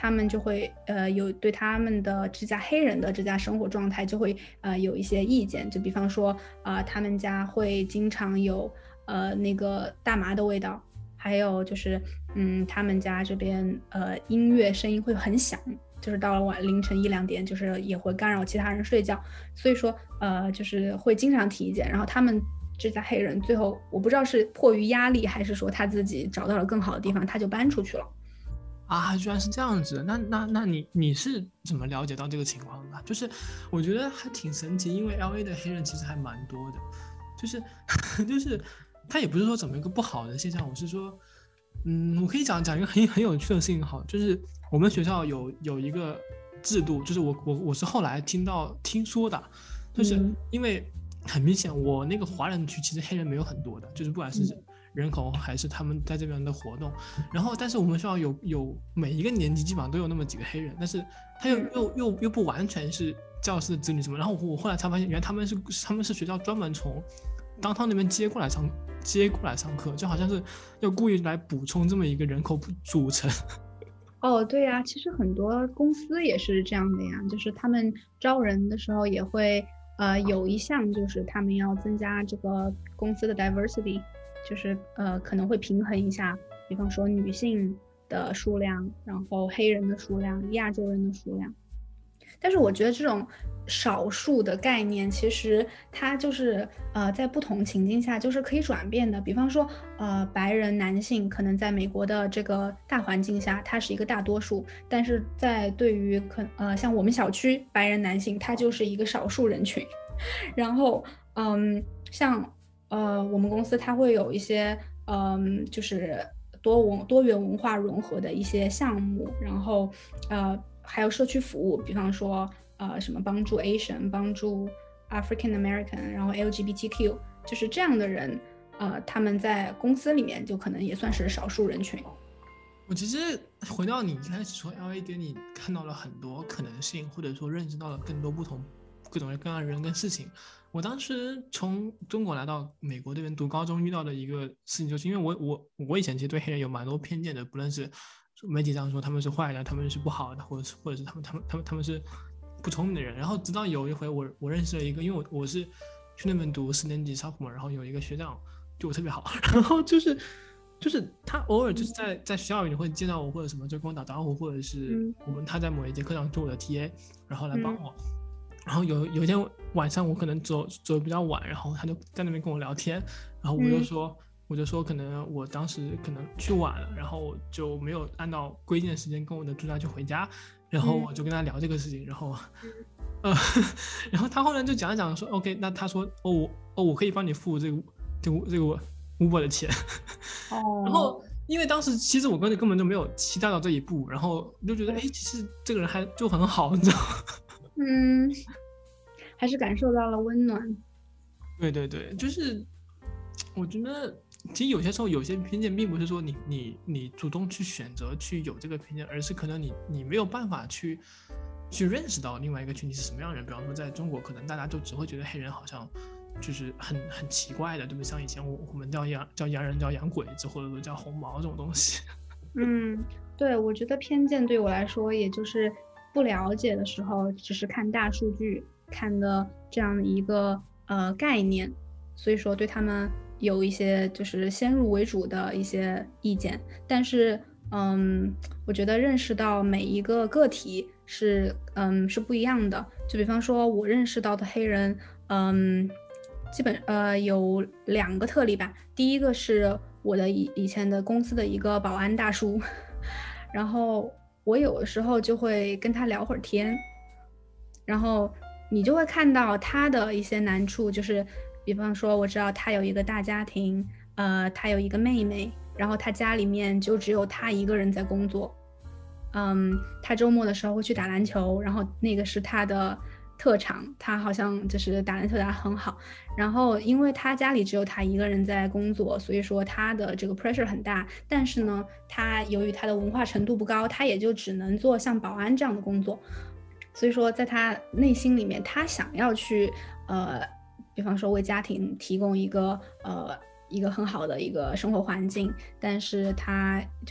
[SPEAKER 1] 他们就会呃有对他们的这家黑人的这家生活状态就会呃有一些意见，就比方说啊、呃、他们家会经常有呃那个大麻的味道，还有就是嗯他们家这边呃音乐声音会很响，就是到了晚凌晨一两点，就是也会干扰其他人睡觉，所以说呃就是会经常提意见。然后他们这家黑人最后我不知道是迫于压力还是说他自己找到了更好的地方，他就搬出去了。
[SPEAKER 2] 啊，居然是这样子，那那那你你是怎么了解到这个情况的？就是我觉得还挺神奇，因为 L A 的黑人其实还蛮多的，就是就是他也不是说怎么一个不好的现象，我是说，嗯，我可以讲讲一个很很有趣的事情，好，就是我们学校有有一个制度，就是我我我是后来听到听说的，就是因为很明显我那个华人区其实黑人没有很多的，就是不管是、嗯人口还是他们在这边的活动，然后但是我们学校有有每一个年级基本上都有那么几个黑人，但是他又又又又不完全是教师的子女什么，然后我后来才发现，原来他们是他们是学校专门从当他那边接过来上接过来上课，就好像是要故意来补充这么一个人口组成。
[SPEAKER 1] 哦，对呀、啊，其实很多公司也是这样的呀，就是他们招人的时候也会呃有一项就是他们要增加这个公司的 diversity。就是呃可能会平衡一下，比方说女性的数量，然后黑人的数量，亚洲人的数量。但是我觉得这种少数的概念，其实它就是呃在不同情境下就是可以转变的。比方说呃白人男性可能在美国的这个大环境下，他是一个大多数，但是在对于可呃像我们小区白人男性，他就是一个少数人群。然后嗯像呃，我们公司它会有一些，嗯，就是多文多元文化融合的一些项目，然后呃，还有社区服务，比方说呃，什么帮助 Asian， 帮助 African American， 然后 L G B T Q， 就是这样的人，呃，他们在公司里面就可能也算是少数人群。
[SPEAKER 2] 我其实回到你一开始说 L A 给你看到了很多可能性，或者说认识到了更多不同各种各样的人跟事情。我当时从中国来到美国这边读高中遇到的一个事情，就是因为我我我以前其实对黑人有蛮多偏见的，不论是媒体上说他们是坏的，他们是不好的，或者是或者是他们他们他们他们是不聪明的人。然后直到有一回我我认识了一个，因为我我是去那边读四年级 sophomore， 然后有一个学长对我特别好，然后就是就是他偶尔就是在在学校里会见到我或者什么就跟我打招呼，或者是我们他在某一节课上做我的 T A， 然后来帮我。嗯然后有有一天晚上我可能走走比较晚，然后他就在那边跟我聊天，然后我就说、嗯、我就说可能我当时可能去晚了，然后就没有按照规定的时间跟我的助教去回家，然后我就跟他聊这个事情，然后、嗯、呃，然后他后来就讲一讲说 OK， 那他说哦我哦我可以帮你付这个这个这个 Uber 的钱，
[SPEAKER 1] 哦，
[SPEAKER 2] 然后因为当时其实我根本根本就没有期待到这一步，然后就觉得哎，其实这个人还就很好，你知道吗？
[SPEAKER 1] 嗯，还是感受到了温暖。
[SPEAKER 2] 对对对，就是我觉得其实有些时候有些偏见并不是说你你你主动去选择去有这个偏见，而是可能你你没有办法去去认识到另外一个群体是什么样的人。比方说在中国可能大家就只会觉得黑人好像就是很很奇怪的，对不对？像以前我我们叫洋叫洋人叫洋鬼子，或者说叫红毛这种东西。
[SPEAKER 1] 嗯，对，我觉得偏见对我来说也就是不了解的时候只是看大数据看的这样的一个呃概念，所以说对他们有一些就是先入为主的一些意见。但是嗯我觉得认识到每一个个体是嗯是不一样的，就比方说我认识到的黑人嗯基本呃有两个特例吧。第一个是我的以以前的公司的一个保安大叔，然后我有的时候就会跟他聊会儿天，然后你就会看到他的一些难处，就是比方说我知道他有一个大家庭，呃，他有一个妹妹，然后他家里面就只有他一个人在工作，嗯，他周末的时候会去打篮球，然后那个是他的特长，他好像就是打篮球打得很好，然后因为他家里只有他一个人在工作，所以说他的这个 pressure 很大，但是呢他由于他的文化程度不高，他也就只能做像保安这样的工作，所以说在他内心里面他想要去呃比方说为家庭提供一个呃一个很好的一个生活环境，但是他就是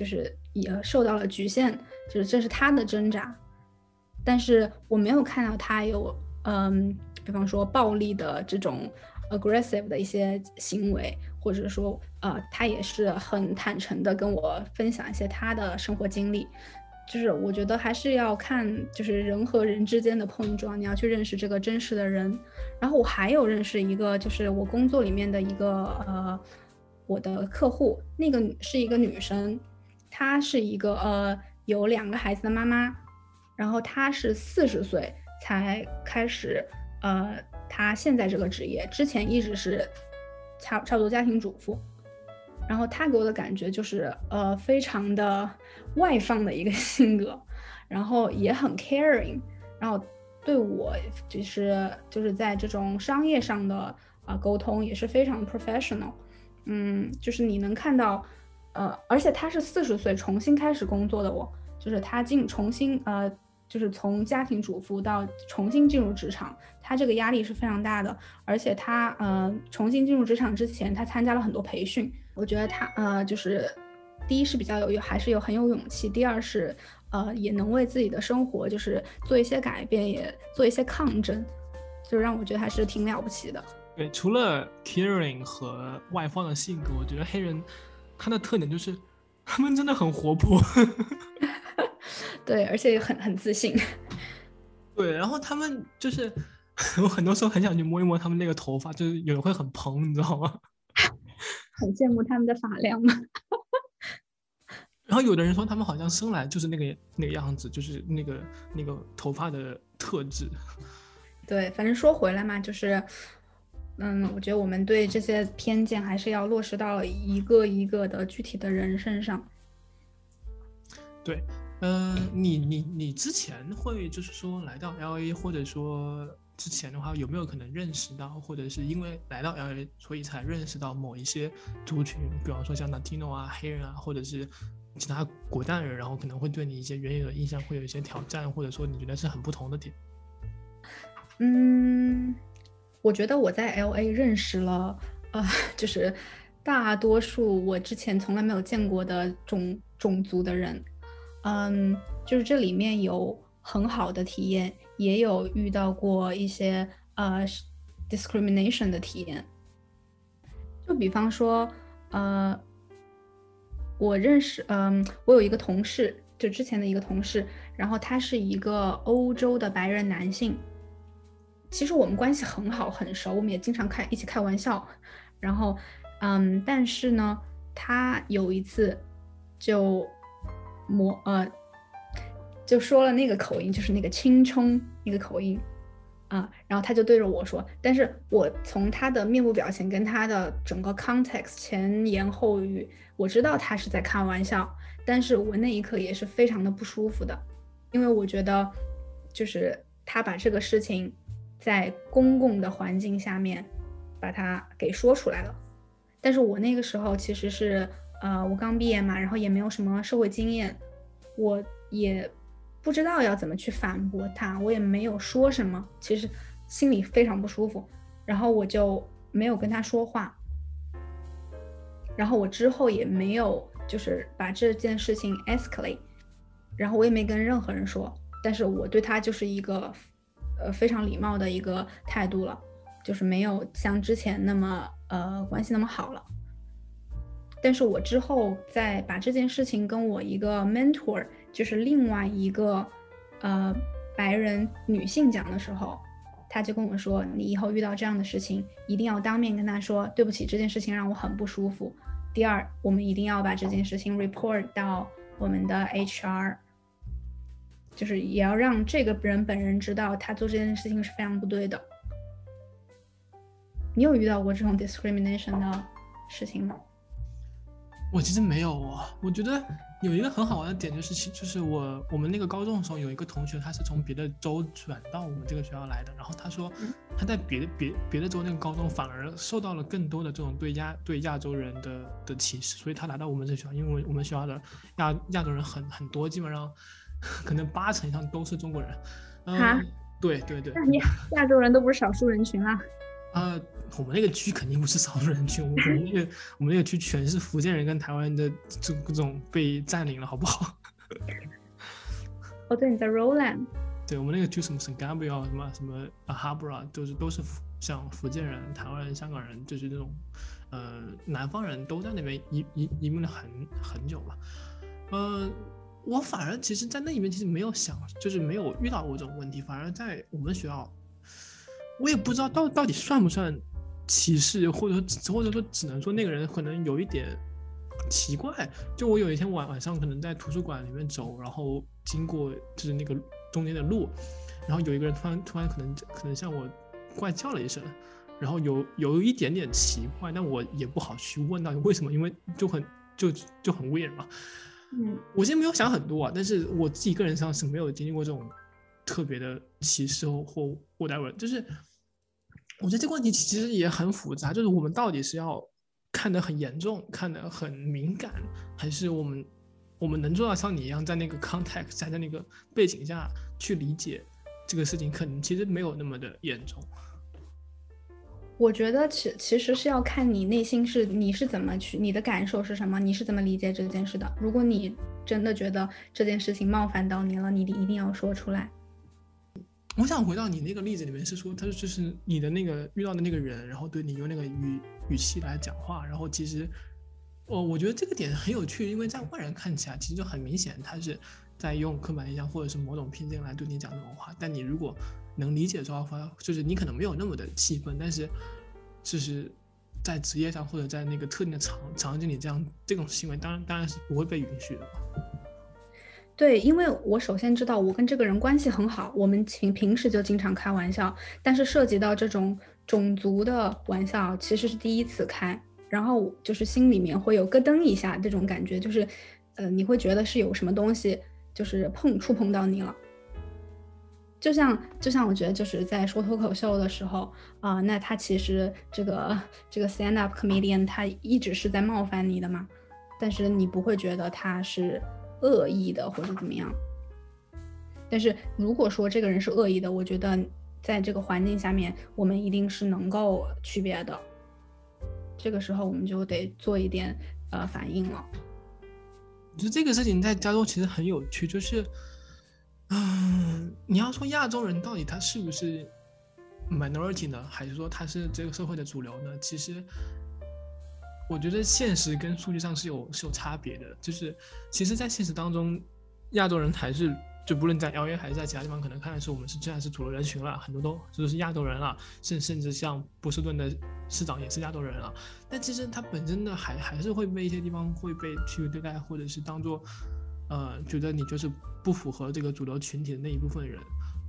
[SPEAKER 1] 也受到了局限，就是这是他的挣扎。但是我没有看到他有嗯，比方说暴力的这种 aggressive 的一些行为，或者说呃，他也是很坦诚的跟我分享一些他的生活经历。就是我觉得还是要看就是人和人之间的碰撞，你要去认识这个真实的人。然后我还有认识一个就是我工作里面的一个呃我的客户，那个是一个女生，她是一个呃有两个孩子的妈妈，然后她是四十岁才开始呃她现在这个职业，之前一直是差差不多家庭主妇。然后他给我的感觉就是呃非常的外放的一个性格，然后也很 caring， 然后对我就是就是在这种商业上的啊、呃、沟通也是非常 professional。嗯，就是你能看到呃而且他是四十岁重新开始工作的我，我就是他进重新呃就是从家庭主妇到重新进入职场，他这个压力是非常大的。而且他呃重新进入职场之前，他参加了很多培训。我觉得他呃就是第一是比较有还是有很有勇气，第二是呃也能为自己的生活就是做一些改变，也做一些抗争，就让我觉得还是挺了不起的。
[SPEAKER 2] 对，除了 caring 和外放的性格，我觉得黑人他的特点就是他们真的很活泼。
[SPEAKER 1] 对，而且很很自信。
[SPEAKER 2] 对，然后他们就是我很多时候很想去摸一摸他们那个头发，就是有人会很蓬，你知道吗？
[SPEAKER 1] 很羡慕他们的发量嘛。
[SPEAKER 2] 然后有的人说他们好像生来就是那个那个样子，就是那个那个头发的特质。
[SPEAKER 1] 对，反正说回来嘛，就是嗯，我觉得我们对这些偏见还是要落实到一个一个的具体的人身上。
[SPEAKER 2] 对，嗯、呃，你你你之前会就是说来到 L A， 或者说之前的话，有没有可能认识到，或者是因为来到 L A 所以才认识到某一些族群，比方说像 Latino 啊、黑人啊，或者是其他国家的人，然后可能会对你一些原有的印象会有一些挑战，或者说你觉得是很不同的点？
[SPEAKER 1] 嗯，我觉得我在 L A 认识了呃，就是大多数我之前从来没有见过的种种族的人。嗯，就是这里面有很好的体验，也有遇到过一些呃 discrimination 的体验。就比方说，呃，我认识，嗯，我有一个同事，就之前的一个同事，然后他是一个欧洲的白人男性。其实我们关系很好很熟，我们也经常开一起开玩笑。然后，嗯，但是呢，他有一次就。模呃，就说了那个口音，就是那个青冲那个口音啊，然后他就对着我说，但是我从他的面部表情跟他的整个 context 前言后语，我知道他是在开玩笑，但是我那一刻也是非常的不舒服的，因为我觉得就是他把这个事情在公共的环境下面把它给说出来了，但是我那个时候其实是。呃，我刚毕业嘛，然后也没有什么社会经验，我也不知道要怎么去反驳他，我也没有说什么，其实心里非常不舒服，然后我就没有跟他说话，然后我之后也没有就是把这件事情 escalate， 然后我也没跟任何人说，但是我对他就是一个呃非常礼貌的一个态度了，就是没有像之前那么呃关系那么好了。但是我之后再把这件事情跟我一个 mentor， 就是另外一个呃白人女性讲的时候，她就跟我说，你以后遇到这样的事情一定要当面跟她说，对不起，这件事情让我很不舒服，第二我们一定要把这件事情 report 到我们的 H R， 就是也要让这个人本人知道他做这件事情是非常不对的。你有遇到过这种 discrimination 的事情吗？
[SPEAKER 2] 我其实没有啊，我觉得有一个很好玩的点就是，就是我我们那个高中的时候有一个同学，他是从别的州转到我们这个学校来的，然后他说他在别的别别的州那个高中反而受到了更多的这种对亚对亚洲人的的歧视，所以他来到我们这学校，因为我们学校的亚亚洲人很很多，基本上可能八成以上都是中国人。嗯，对对对。
[SPEAKER 1] 那你亚洲人都不是少数人群啊。
[SPEAKER 2] 呃，我们那个区肯定不是少数人群，我们那个我们那个区全是福建人跟台湾人的这这种被占领了，好不好？
[SPEAKER 1] 哦，对，你在 Roland。
[SPEAKER 2] 对，我们那个区什么 Saint Gabriel 什么什么 Harbour， 就是都是像福建人、台湾人、香港人，就是这种呃南方人都在那边移移移民了很很久了。呃，我反而其实，在那里面其实没有想，就是没有遇到过这种问题，反而在我们学校，我也不知道到到底算不算歧视，或者说或者说只能说那个人可能有一点奇怪。就我有一天晚晚上可能在图书馆里面走，然后经过就是那个中间的路，然后有一个人突然突然可能可能向我怪叫了一声，然后有有一点点奇怪，但我也不好去问到底为什么，因为就很就就很 weird 嘛。
[SPEAKER 1] 嗯，
[SPEAKER 2] 我其实没有想很多啊，但是我自己个人上是没有经历过这种特别的歧视或 whatever， 就是我觉得这个问题其实也很复杂，就是我们到底是要看得很严重，看得很敏感，还是我们我们能做到像你一样，在那个 context， 在那个背景下去理解这个事情，可能其实没有那么的严重。
[SPEAKER 1] 我觉得其其实是要看你内心是你是怎么去，你的感受是什么，你是怎么理解这件事的。如果你真的觉得这件事情冒犯到你了，你一定要说出来。
[SPEAKER 2] 我想回到你那个例子里面，是说他就是你的那个遇到的那个人，然后对你用那个语语气来讲话，然后其实，哦，我觉得这个点很有趣，因为在外人看起来，其实就很明显他是在用刻板印象或者是某种偏见来对你讲这种话。但你如果能理解的话，就是你可能没有那么的气愤，但是就是在职业上或者在那个特定的场场景里，这样这种行为当然当然是不会被允许的嘛。
[SPEAKER 1] 对，因为我首先知道我跟这个人关系很好，我们平平时就经常开玩笑，但是涉及到这种种族的玩笑，其实是第一次开，然后就是心里面会有咯噔一下这种感觉，就是呃，你会觉得是有什么东西就是碰触碰到你了。就像就像我觉得就是在说脱口秀的时候啊、呃，那他其实这个这个 stand up comedian 他一直是在冒犯你的嘛，但是你不会觉得他是恶意的或者怎么样。但是如果说这个人是恶意的，我觉得在这个环境下面我们一定是能够区别的，这个时候我们就得做一点呃反应了。
[SPEAKER 2] 我觉得这个事情在加州其实很有趣，就是嗯，你要说亚洲人到底他是不是 minority 呢，还是说他是这个社会的主流呢？其实我觉得现实跟数据上是有是有差别的，就是其实在现实当中，亚洲人还是就不论在 L A 还是在其他地方，可能看来是我们是现在是主流人群了，很多都就是亚洲人了，甚甚至像波士顿的市长也是亚洲人了，但其实他本身的还还是会被一些地方会被区别对待，或者是当做呃觉得你就是不符合这个主流群体的那一部分人。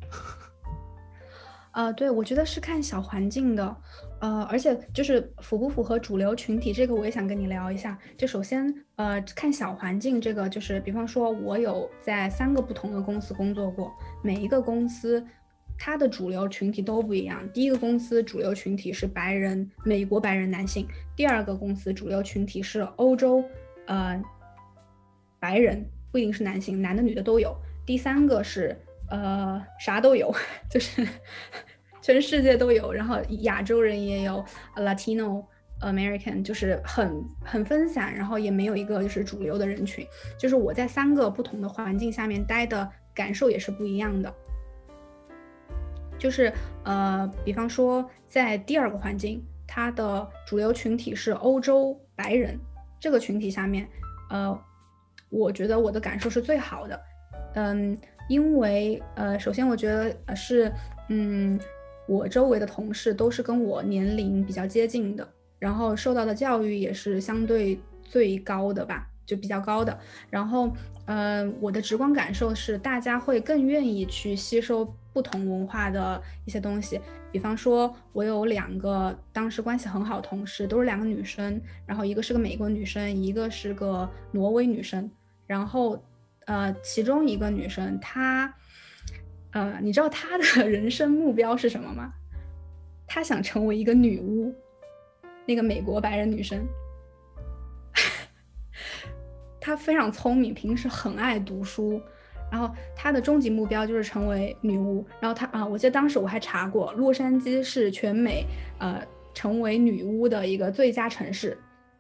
[SPEAKER 1] 呃，对，我觉得是看小环境的，呃，而且就是符不符合主流群体，这个我也想跟你聊一下。就首先，呃，看小环境这个，就是比方说，我有在三个不同的公司工作过，每一个公司它的主流群体都不一样。第一个公司主流群体是白人，美国白人男性；第二个公司主流群体是欧洲，呃，白人，不一定是男性，男的女的都有；第三个是呃，啥都有，就是全世界都有，然后亚洲人也有 Latino American， 就是很很分散，然后也没有一个就是主流的人群，就是我在三个不同的环境下面待的感受也是不一样的。就是呃，比方说在第二个环境，它的主流群体是欧洲白人，这个群体下面，呃，我觉得我的感受是最好的，嗯。因为呃，首先我觉得是，嗯，我周围的同事都是跟我年龄比较接近的，然后受到的教育也是相对最高的吧，就比较高的。然后，呃，我的直观感受是，大家会更愿意去吸收不同文化的一些东西。比方说，我有两个当时关系很好的同事，都是两个女生，然后一个是个美国女生，一个是个挪威女生，然后。呃，其中一个女生，她，呃，你知道她的人生目标是什么吗？她想成为一个女巫，那个美国白人女生，她非常聪明，平时很爱读书， 然后她的终极目标就是成为女巫。然后她啊，我记得当时我还查过，洛杉矶是全美呃成为女巫的一个最佳城市。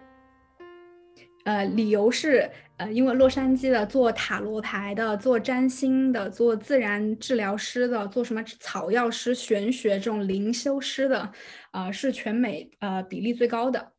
[SPEAKER 1] 呃，理由是，呃，因为洛杉矶的做塔罗牌的、做占星的、做自然治疗师的、做什么草药师、玄学这种灵修师的，呃，是全美呃比例最高的。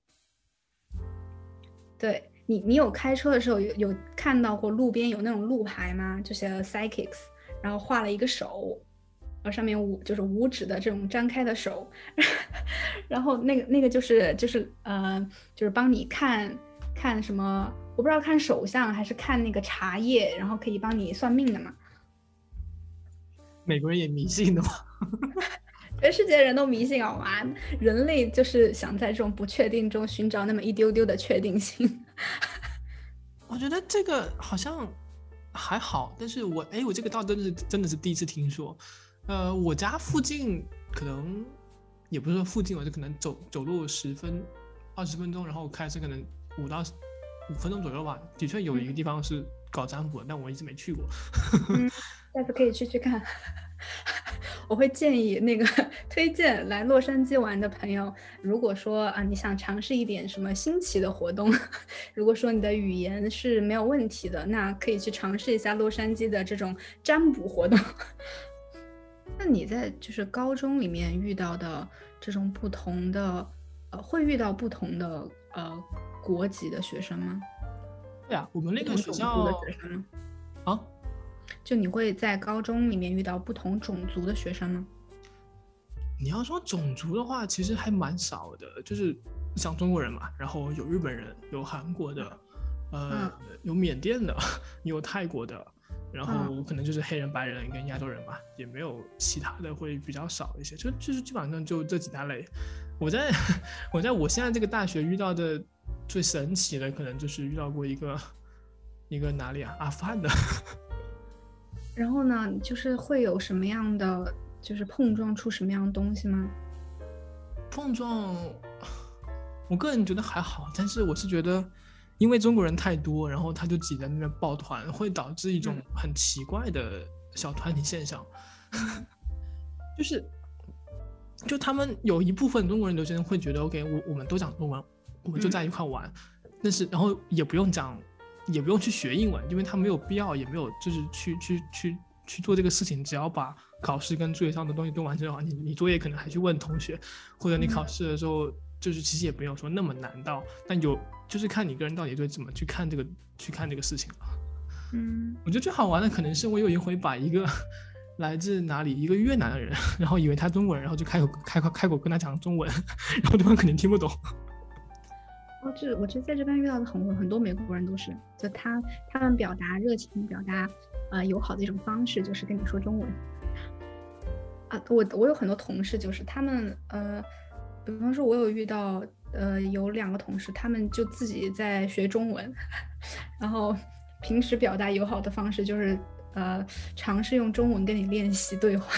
[SPEAKER 1] 对你，你有开车的时候有有看到过路边有那种路牌吗？就写了 psychics，然后画了一个手，然后上面五就是五指的这种张开的手，然后那个那个就是就是呃就是帮你看。看什么？我不知道看手相还是看那个茶叶，然后可以帮你算命的嘛？
[SPEAKER 2] 美国人也迷信的吗？
[SPEAKER 1] 全世界人都迷信好吗？人类就是想在这种不确定中寻找那么一丢丢的确定性。
[SPEAKER 2] 我觉得这个好像还好，但是我哎，我这个倒真的是真的是第一次听说。呃，我家附近可能也不是说附近，我就可能走走路十分二十分钟，然后开车可能五到五分钟左右吧。的确有一个地方是搞占卜的，但我一直没去过。
[SPEAKER 1] 嗯，下次可以去去看。我会建议那个推荐来洛杉矶玩的朋友，如果说啊你想尝试一点什么新奇的活动，如果说你的语言是没有问题的，那可以去尝试一下洛杉矶的这种占卜活动。那你在就是高中里面遇到的这种不同的，呃，会遇到不同的呃国籍的学生吗？
[SPEAKER 2] 对啊，我们那个学校
[SPEAKER 1] 不同种族的学生吗？
[SPEAKER 2] 啊，
[SPEAKER 1] 就你会在高中里面遇到不同种族的学生吗？
[SPEAKER 2] 你要说种族的话，其实还蛮少的，就是像中国人嘛，然后有日本人，有韩国的，呃，
[SPEAKER 1] 嗯、
[SPEAKER 2] 有缅甸的，有泰国的，然后
[SPEAKER 1] 嗯、
[SPEAKER 2] 可能就是黑人、白人跟亚洲人嘛，也没有其他的会比较少一些，就就是基本上就这几大类。我在我在我现在这个大学遇到的最神奇的，可能就是遇到过一个一个哪里啊，阿富汗的。
[SPEAKER 1] 然后呢，就是会有什么样的，就是碰撞出什么样的东西吗？
[SPEAKER 2] 碰撞，我个人觉得还好，但是我是觉得，因为中国人太多，然后他就挤在那边抱团，会导致一种很奇怪的小团体现象，嗯、就是就他们有一部分中国人留学生会觉得 OK， 我我们都讲中文，我们就在一块玩，嗯、但是然后也不用讲。也不用去学英文，因为他没有必要，也没有就是去去去去做这个事情。只要把考试跟作业上的东西都完成好，你你作业可能还去问同学，或者你考试的时候，就是其实也没有说那么难到，但有就是看你个人到底对怎么去看这个去看这个事情了。
[SPEAKER 1] 嗯，
[SPEAKER 2] 我觉得最好玩的可能是我有一回把一个来自哪里一个越南的人，然后以为他中文，然后就开口开口开口跟他讲中文，然后对方肯定听不懂。
[SPEAKER 1] 哦，这我觉得在这边遇到的很很多美国人都是，就他他们表达热情、表达呃友好的一种方式，就是跟你说中文。啊，我我有很多同事，就是他们呃，比方说，我有遇到呃有两个同事，他们就自己在学中文，然后平时表达友好的方式就是呃尝试用中文跟你练习对话。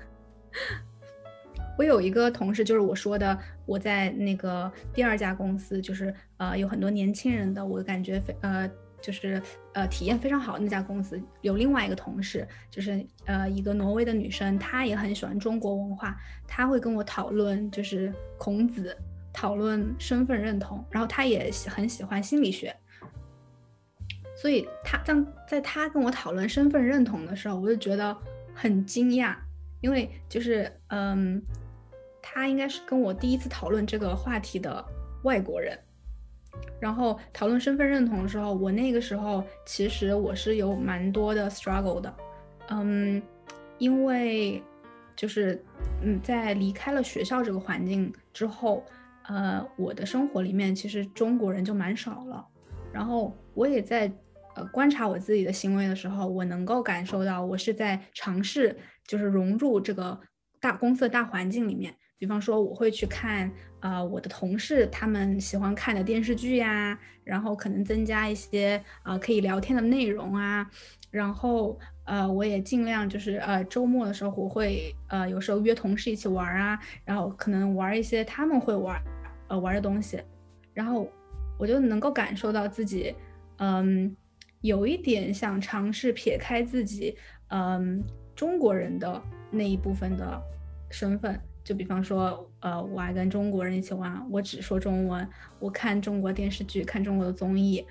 [SPEAKER 1] 我有一个同事，就是我说的，我在那个第二家公司，就是呃有很多年轻人的，我感觉非呃就是呃体验非常好的那家公司。有另外一个同事，就是呃一个挪威的女生，她也很喜欢中国文化，她会跟我讨论就是孔子，讨论身份认同，然后她也很喜欢心理学，所以她在在她跟我讨论身份认同的时候，我就觉得很惊讶，因为就是嗯。他应该是跟我第一次讨论这个话题的外国人，然后讨论身份认同的时候，我那个时候其实我是有蛮多的 struggle 的，嗯，因为就是嗯，在离开了学校这个环境之后，呃，我的生活里面其实中国人就蛮少了，然后我也在呃观察我自己的行为的时候，我能够感受到我是在尝试就是融入这个大公司的大环境里面。比方说，我会去看呃我的同事他们喜欢看的电视剧呀，然后可能增加一些呃可以聊天的内容啊，然后呃我也尽量就是呃周末的时候我会呃有时候约同事一起玩啊，然后可能玩一些他们会玩呃玩的东西，然后我就能够感受到自己嗯有一点想尝试撇开自己，嗯，中国人的那一部分的身份，就比方说，呃，我爱跟中国人一起玩，我只说中文，我看中国电视剧，看中国的综艺。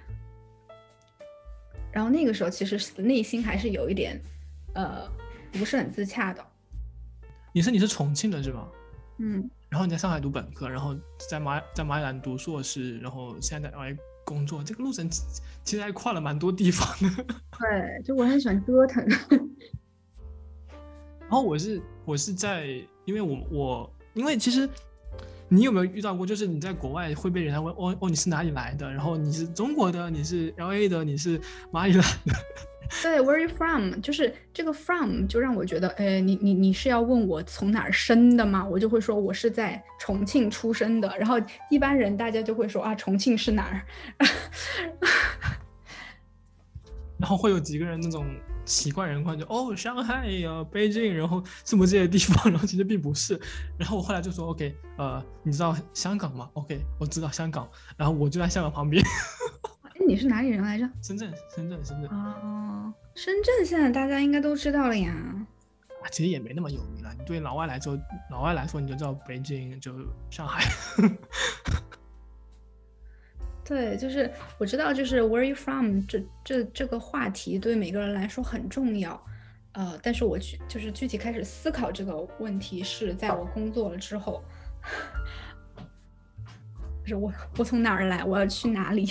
[SPEAKER 1] 然后那个时候其实内心还是有一点，呃，不是很自洽的。
[SPEAKER 2] 你是你是重庆的是吗？
[SPEAKER 1] 嗯。
[SPEAKER 2] 然后你在上海读本科，然后在马在马里兰读硕士，然后现在在 L A 工作，这个路程其实还跨了蛮多地方的。
[SPEAKER 1] 对，就我很喜欢折腾。
[SPEAKER 2] 然后我是我是在，因为我我因为其实你有没有遇到过，就是你在国外会被人家问哦哦你是哪里来的，然后你是中国的，你是 L A 的，你是马里兰的。
[SPEAKER 1] 对 ，Where are you from？ 就是这个 from 就让我觉得，呃，你你你是要问我从哪儿生的吗？我就会说我是在重庆出生的。然后一般人大家就会说啊，重庆是哪儿？
[SPEAKER 2] 然后会有几个人那种奇怪人观就哦上海呀、北京，然后是不是这些地方？然后其实并不是。然后我后来就说 OK， 呃，你知道香港吗 ？OK， 我知道香港，然后我就在香港旁边。
[SPEAKER 1] 你是哪里人来着？
[SPEAKER 2] 深圳，深圳，深圳。
[SPEAKER 1] 哦，深圳现在大家应该都知道了呀。
[SPEAKER 2] 啊，其实也没那么有名了。你对老外来说，老外来说你就知道北京，就上海。
[SPEAKER 1] 对，就是我知道，就是 Where are you from 这这这个话题对每个人来说很重要。呃，但是我去就是具体开始思考这个问题是在我工作了之后。就是我我从哪儿来，我要去哪里。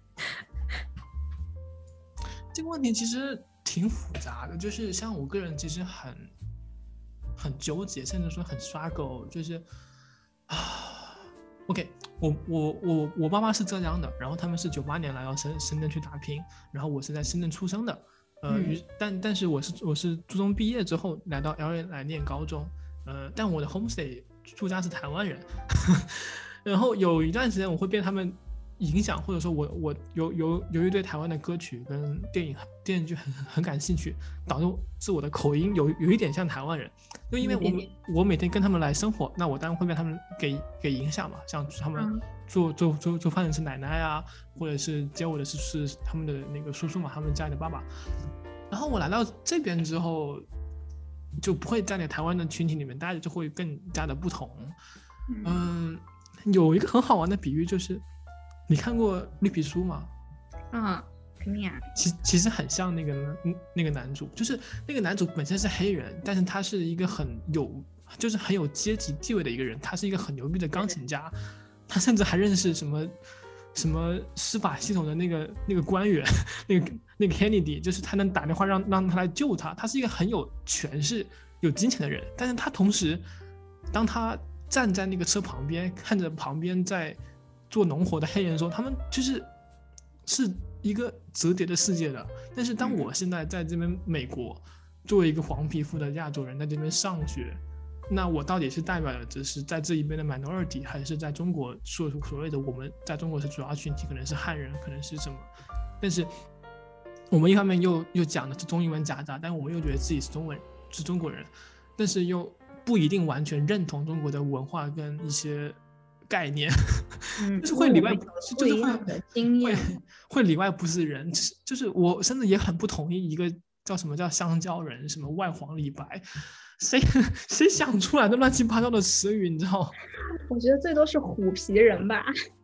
[SPEAKER 2] 这个问题其实挺复杂的，就是像我个人其实很很纠结，甚至说很struggle，就是啊 ，OK， 我我我我爸妈是浙江的，然后他们是九八年来到深深圳去打拼，然后我是在深圳出生的，呃，嗯、但但是我是我是初中毕业之后来到 L A 来念高中，呃，但我的 homestay 住家是台湾人，然后有一段时间我会被他们影响，或者说我我有有由于对台湾的歌曲跟电影电视剧很很感兴趣，导致是我的口音有有一点像台湾人，就因为我我每天跟他们来生活，那我当然会被他们给给影响嘛，像他们做做做做饭的是奶奶啊，或者是接我的是是他们的那个叔叔嘛，他们家里的爸爸。然后我来到这边之后，就不会在那个台湾的群体里面，大家就会更加的不同。嗯，有一个很好玩的比喻就是。你看过绿皮书吗？
[SPEAKER 1] 啊，肯定啊。
[SPEAKER 2] 其其实很像那个那个男主，就是那个男主本身是黑人，但是他是一个很有，就是很有阶级地位的一个人，他是一个很牛逼的钢琴家，他甚至还认识什么什么司法系统的那个那个官员，那个那个 Kennedy， 就是他能打电话让让他来救他，他是一个很有权势、有金钱的人，但是他同时，当他站在那个车旁边，看着旁边在做农活的黑人说，他们就是是一个折叠的世界的。但是当我现在在这边美国，作为一个黄皮肤的亚洲人在这边上学，那我到底是代表的只是在这一边的 minority， 还是在中国所所谓的我们在中国是主要群体，可能是汉人，可能是什么？但是我们一方面又又讲的是中英文夹杂，但我们又觉得自己是中文是中国人，但是又不一定完全认同中国的文化跟一些概念，嗯、就是会里外就是会经验会会里外不是人，就是我甚至也很不同意一个叫什么叫香蕉人，什么外黄里白，谁谁想出来的乱七八糟的词语，你知道？
[SPEAKER 1] 我觉得最多是虎皮人吧，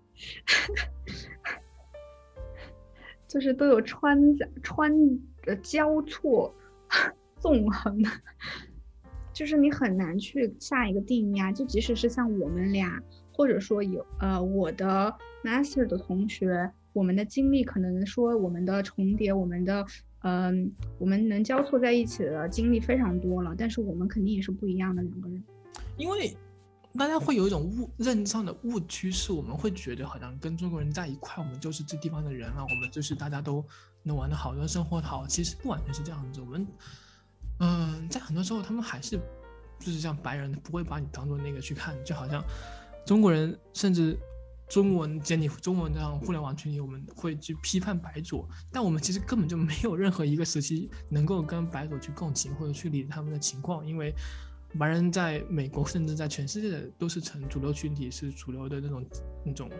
[SPEAKER 1] 就是都有穿穿着交错纵横，就是你很难去下一个定义啊，就即使是像我们俩。或者说有呃我的 master 的同学，我们的经历可能说我们的重叠，我们的嗯、呃、我们能交错在一起的经历非常多了，但是我们肯定也是不一样的两个人。
[SPEAKER 2] 因为大家会有一种误认知上的误区，是我们会觉得好像跟中国人在一块，我们就是这地方的人啊，我们就是大家都能玩得好，能生活得好。其实不完全是这样子，我们嗯、呃、在很多时候他们还是就是像白人不会把你当做那个去看，就好像。中国人甚至中文简体中文这样互联网群体，我们会去批判白左，但我们其实根本就没有任何一个时期能够跟白左去共情或者去理解他们的情况，因为白人在美国甚至在全世界都是成主流群体，是主流的那种那种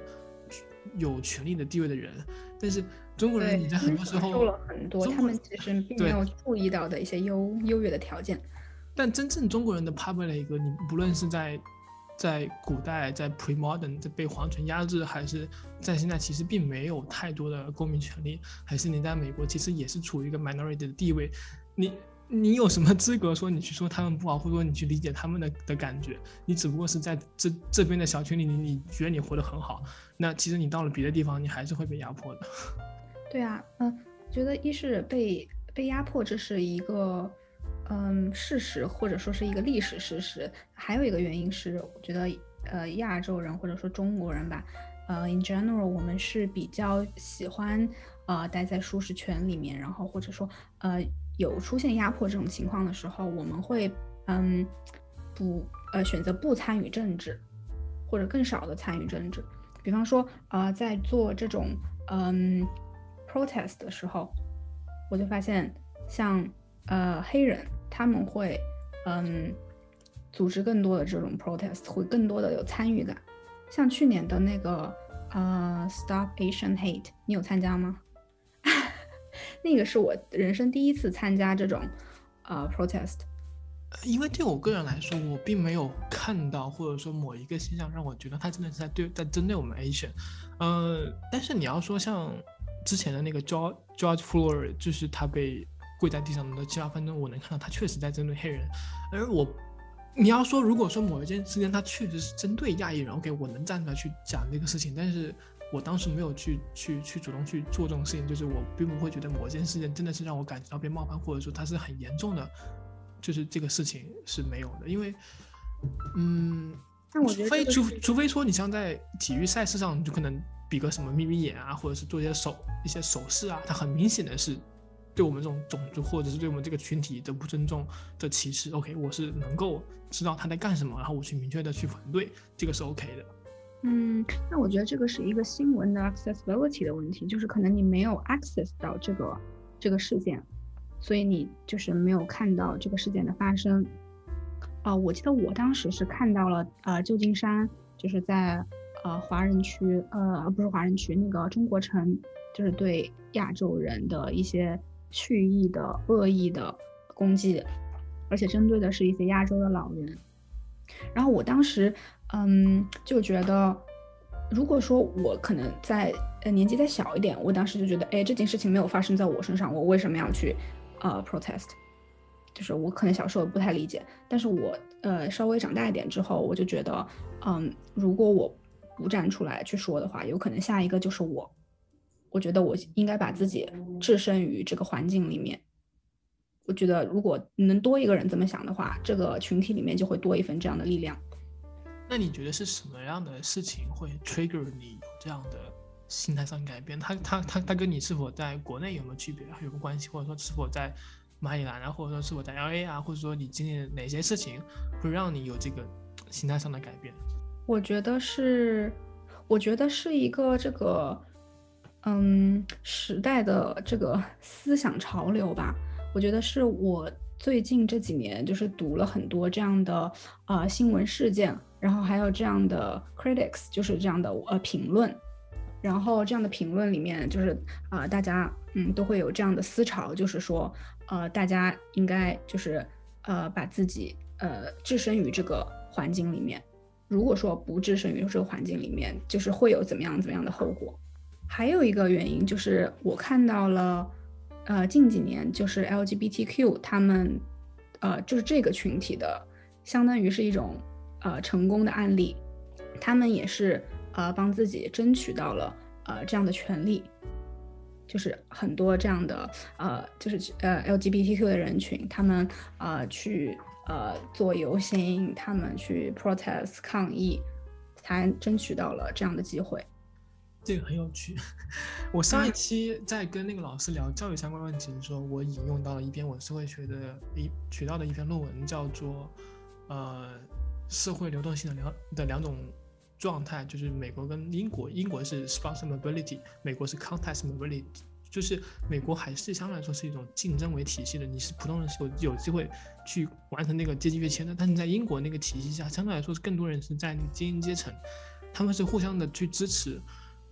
[SPEAKER 2] 有权力的地位的人，但是中国人你在很多时候
[SPEAKER 1] 受了很多他们其实并没有注意到的一些优优越的条件。
[SPEAKER 2] 但真正中国人的 public， 你不论是在在古代，在 pre-modern， 在被皇权压制，还是在现在，其实并没有太多的公民权利，还是你在美国其实也是处于一个 minority 的地位，你你有什么资格说你去说他们不好，或者说你去理解他们的的感觉？你只不过是在这这边的小圈里，你你觉得你活得很好，那其实你到了别的地方，你还是会被压迫的。
[SPEAKER 1] 对啊，嗯、呃，觉得一是被被压迫，这是一个。嗯，事实或者说是一个历史事实，还有一个原因是，我觉得呃亚洲人或者说中国人吧，呃 in general 我们是比较喜欢呃待在舒适圈里面，然后或者说呃有出现压迫这种情况的时候，我们会嗯不呃选择不参与政治，或者更少的参与政治。比方说呃在做这种嗯 protest 的时候，我就发现像呃黑人。他们会，嗯，组织更多的这种 protest， 会更多的有参与感。像去年的那个呃 Stop Asian Hate， 你有参加吗？那个是我人生第一次参加这种呃 protest。
[SPEAKER 2] 因为对我个人来说，我并没有看到或者说某一个现象让我觉得他真的是在对在针对我们 Asian。呃，但是你要说像之前的那个 George George Floyd， 就是他被跪在地上的七八分钟，我能看到他确实在针对黑人。而我，你要说如果说某一件事情他确实是针对亚裔人 ，OK， 我能站出来去讲这个事情，但是我当时没有去去去主动去做这种事情，就是我并不会觉得某件事情真的是让我感觉到被冒犯，或者说它是很严重的，就是这个事情是没有的，因为，嗯，
[SPEAKER 1] 那我觉得
[SPEAKER 2] 除非除除非说你像在体育赛事上，你就可能比个什么眯眯眼啊，或者是做一些手一些手势啊，它很明显的是。对我们这种种族或者是对我们这个群体的不尊重的歧视 ，OK， 我是能够知道他在干什么，然后我去明确的去反对，这个是 OK 的。
[SPEAKER 1] 嗯，那我觉得这个是一个新闻的 accessibility 的问题，就是可能你没有 access 到这个这个事件，所以你就是没有看到这个事件的发生。啊、呃，我记得我当时是看到了，呃，旧金山就是在呃华人区，呃，不是华人区，那个中国城，就是对亚洲人的一些。蓄意的恶意的攻击，而且针对的是一些亚洲的老人。然后我当时嗯就觉得，如果说我可能在呃年纪再小一点，我当时就觉得，哎，这件事情没有发生在我身上，我为什么要去呃 protest？ 就是我可能小时候不太理解，但是我呃稍微长大一点之后，我就觉得，嗯，如果我不站出来去说的话，有可能下一个就是我。我觉得我应该把自己置身于这个环境里面。我觉得如果能多一个人这么想的话，这个群体里面就会多一份这样的力量。
[SPEAKER 2] 那你觉得是什么样的事情会 trigger 你有这样的心态上改变？它它它它跟你是否在国内有没有区别有个关系，或者说是否在马里兰啊，或者说是否在 L A 啊，或者说你经历了哪些事情会让你有这个心态上的改变？
[SPEAKER 1] 我觉得是，我觉得是一个这个。嗯，时代的这个思想潮流吧，我觉得是我最近这几年就是读了很多这样的呃新闻事件，然后还有这样的 critics， 就是这样的呃评论，然后这样的评论里面就是呃大家嗯都会有这样的思潮，就是说呃大家应该就是呃把自己呃置身于这个环境里面，如果说不置身于这个环境里面，就是会有怎么样怎么样的后果。还有一个原因就是我看到了，呃，近几年就是 L G B T Q 他们，呃，就是这个群体的，相当于是一种呃成功的案例，他们也是呃帮自己争取到了呃这样的权利，就是很多这样的呃就是呃 L G B T Q 的人群，他们呃去呃做游行，他们去 protest 抗议，才争取到了这样的机会。
[SPEAKER 2] 这个很有趣。我上一期在跟那个老师聊教育相关问题的时候，我引用到了一篇我社会学的一学到的一篇论文，叫做呃社会流动性的两的两种状态，就是美国跟英国，英国是 sponsor mobility， 美国是 context mobility， 就是美国还是相对来说是一种竞争为体系的，你是普通人是有有机会去完成那个阶级跃迁的，但是在英国那个体系下，相对来说是更多人是在那个精英阶层，他们是互相的去支持。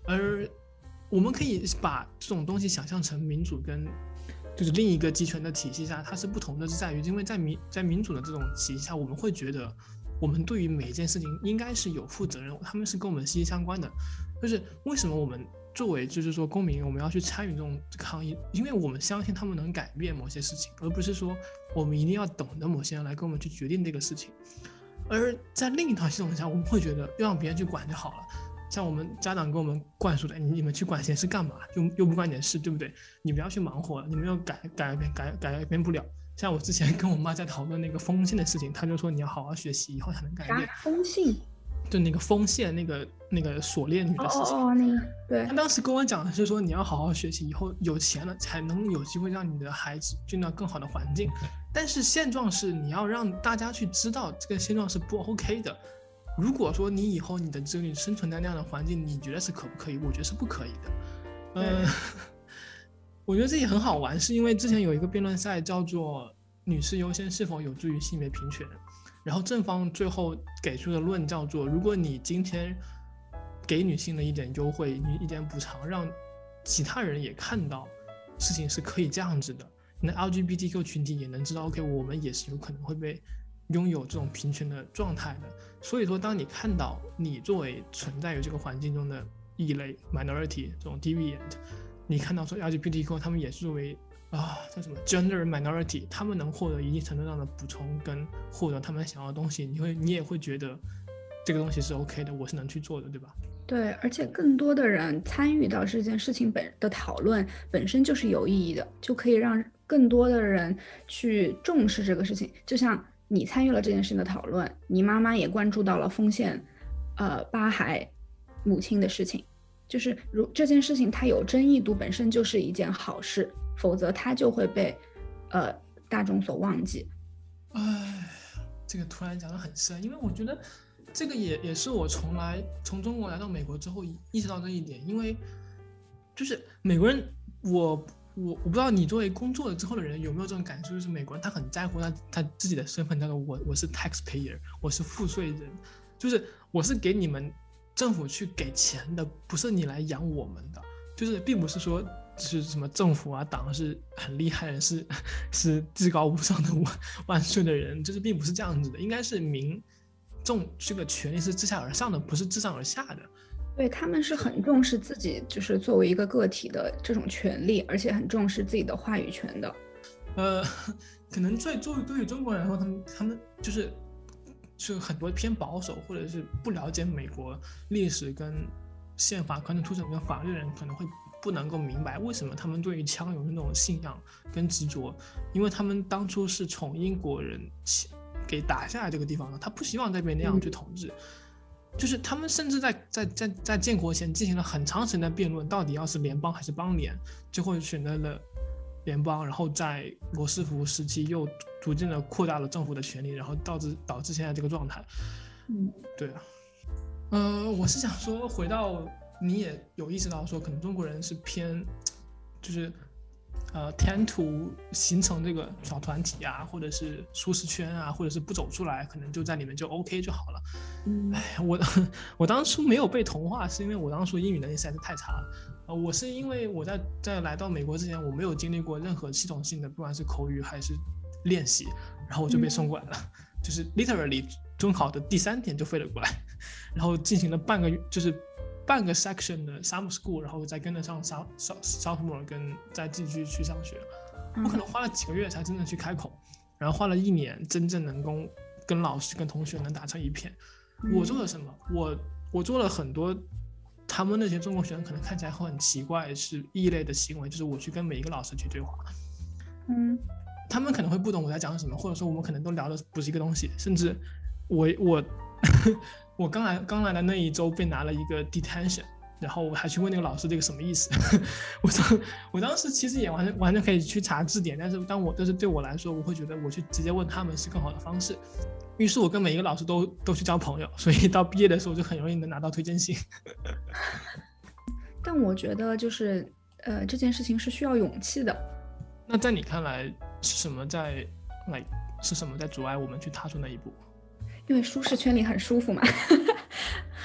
[SPEAKER 2] 而我们可以把这种东西想象成民主跟就是另一个集权的体系下，它是不同的，是在于因为在民在民主的这种体系下，我们会觉得我们对于每一件事情应该是有负责任，他们是跟我们息息相关的。就是为什么我们作为就是说公民，我们要去参与这种抗议，因为我们相信他们能改变某些事情，而不是说我们一定要等着某些人来跟我们去决定这个事情。而在另一套系统下，我们会觉得要让别人去管就好了。像我们家长给我们灌输的，你们去管闲事干嘛？又又不关你的事，对不对？你不要去忙活了，你们又改改变改改变不了。像我之前跟我妈在讨论那个封信的事情，她就说你要好好学习，以后才能改变。
[SPEAKER 1] 啥封信？
[SPEAKER 2] 就那个封线，那个那个锁链女的事情。
[SPEAKER 1] 哦哦，那个对。
[SPEAKER 2] 她当时跟我讲的是说，你要好好学习，以后有钱了才能有机会让你的孩子进到更好的环境。但是现状是，你要让大家去知道这个现状是不 OK 的。如果说你以后你的子女生存在那样的环境，你觉得是可不可以？我觉得是不可以的。呃，我觉得这也很好玩，是因为之前有一个辩论赛叫做“女士优先是否有助于性别平权”，然后正方最后给出的论叫做：如果你今天给女性的一点优惠、一点补偿，让其他人也看到事情是可以这样子的，那 L G B T Q 群体也能知道 ，OK， 我们也是有可能会被拥有这种平权的状态的。所以说，当你看到你作为存在于这个环境中的异类 minority 这种 deviant， 你看到说 L G B T Q 他们也是作为啊叫什么 gender minority， 他们能获得一定程度上的补充跟获得他们想要的东西，你会你也会觉得这个东西是 OK 的，我是能去做的，对吧？
[SPEAKER 1] 对，而且更多的人参与到这件事情本的讨论本身就是有意义的，就可以让更多的人去重视这个事情。就像你参与了这件事情的讨论，你妈妈也关注到了丰县呃巴海母亲的事情，就是如这件事情它有争议度本身就是一件好事，否则它就会被呃大众所忘记。
[SPEAKER 2] 哎，这个突然讲得很深，因为我觉得这个也也是我从来从中国来到美国之后意识到这一点，因为就是美国人，我我我不知道你作为工作了之后的人有没有这种感受，就是美国人他很在乎他他自己的身份，叫做我我是 taxpayer， 我是赋税人，就是我是给你们政府去给钱的，不是你来养我们的，就是并不是说是什么政府啊党是很厉害的人，是是至高无上的万岁的人，就是并不是这样子的，应该是民众这个权利是自下而上的，不是自上而下的。
[SPEAKER 1] 对，他们是很重视自己就是作为一个个体的这种权利，而且很重视自己的话语权的。
[SPEAKER 2] 呃，可能对对于中国人来说，他们他们就是是很多偏保守或者是不了解美国历史跟宪法、可能图审跟法律的人，可能会不能够明白为什么他们对于枪有那种信仰跟执着，因为他们当初是从英国人给打下来这个地方的，他不希望再被那样去统治。嗯，就是他们甚至在在在在建国前进行了很长时间的辩论，到底要是联邦还是邦联，最后选择了联邦，然后在罗斯福时期又逐渐的扩大了政府的权力，然后导致导致现在这个状态。
[SPEAKER 1] 嗯，
[SPEAKER 2] 对啊，呃，我是想说，回到你也有意识到说，可能中国人是偏，就是呃 tend to 形成这个小团体啊，或者是舒适圈啊，或者是不走出来，可能就在里面就 OK 就好了。
[SPEAKER 1] 嗯，
[SPEAKER 2] 哎，我我当初没有被同化，是因为我当初英语能力实在是太差了。呃，我是因为我在在来到美国之前，我没有经历过任何系统性的，不管是口语还是练习，然后我就被送过来了，嗯，就是 literally 中考的第三天就飞了过来，然后进行了半个就是半个 section 的 summer school， 然后再跟得上 South Sophomore 跟再继续去上学。我可能花了几个月才真正去开口，然后花了一年真正能够跟老师跟同学能打成一片。我做了什么？我我做了很多他们那些中国学生可能看起来会很奇怪是异类的行为，就是我去跟每一个老师去对话，
[SPEAKER 1] 嗯，
[SPEAKER 2] 他们可能会不懂我在讲什么，或者说我们可能都聊的不是一个东西，甚至我我我刚来刚来的那一周被拿了一个 detention， 然后我还去问那个老师这个什么意思。我当我当时其实也完全完全可以去查字典，但是当我但是对我来说，我会觉得我去直接问他们是更好的方式。于是我跟每一个老师都都去交朋友，所以到毕业的时候就很容易能拿到推荐信。
[SPEAKER 1] 但我觉得就是呃这件事情是需要勇气的。
[SPEAKER 2] 那在你看来是什么在来是什么在阻碍我们去踏出那一步？
[SPEAKER 1] 因为舒适圈里很舒服嘛。啊、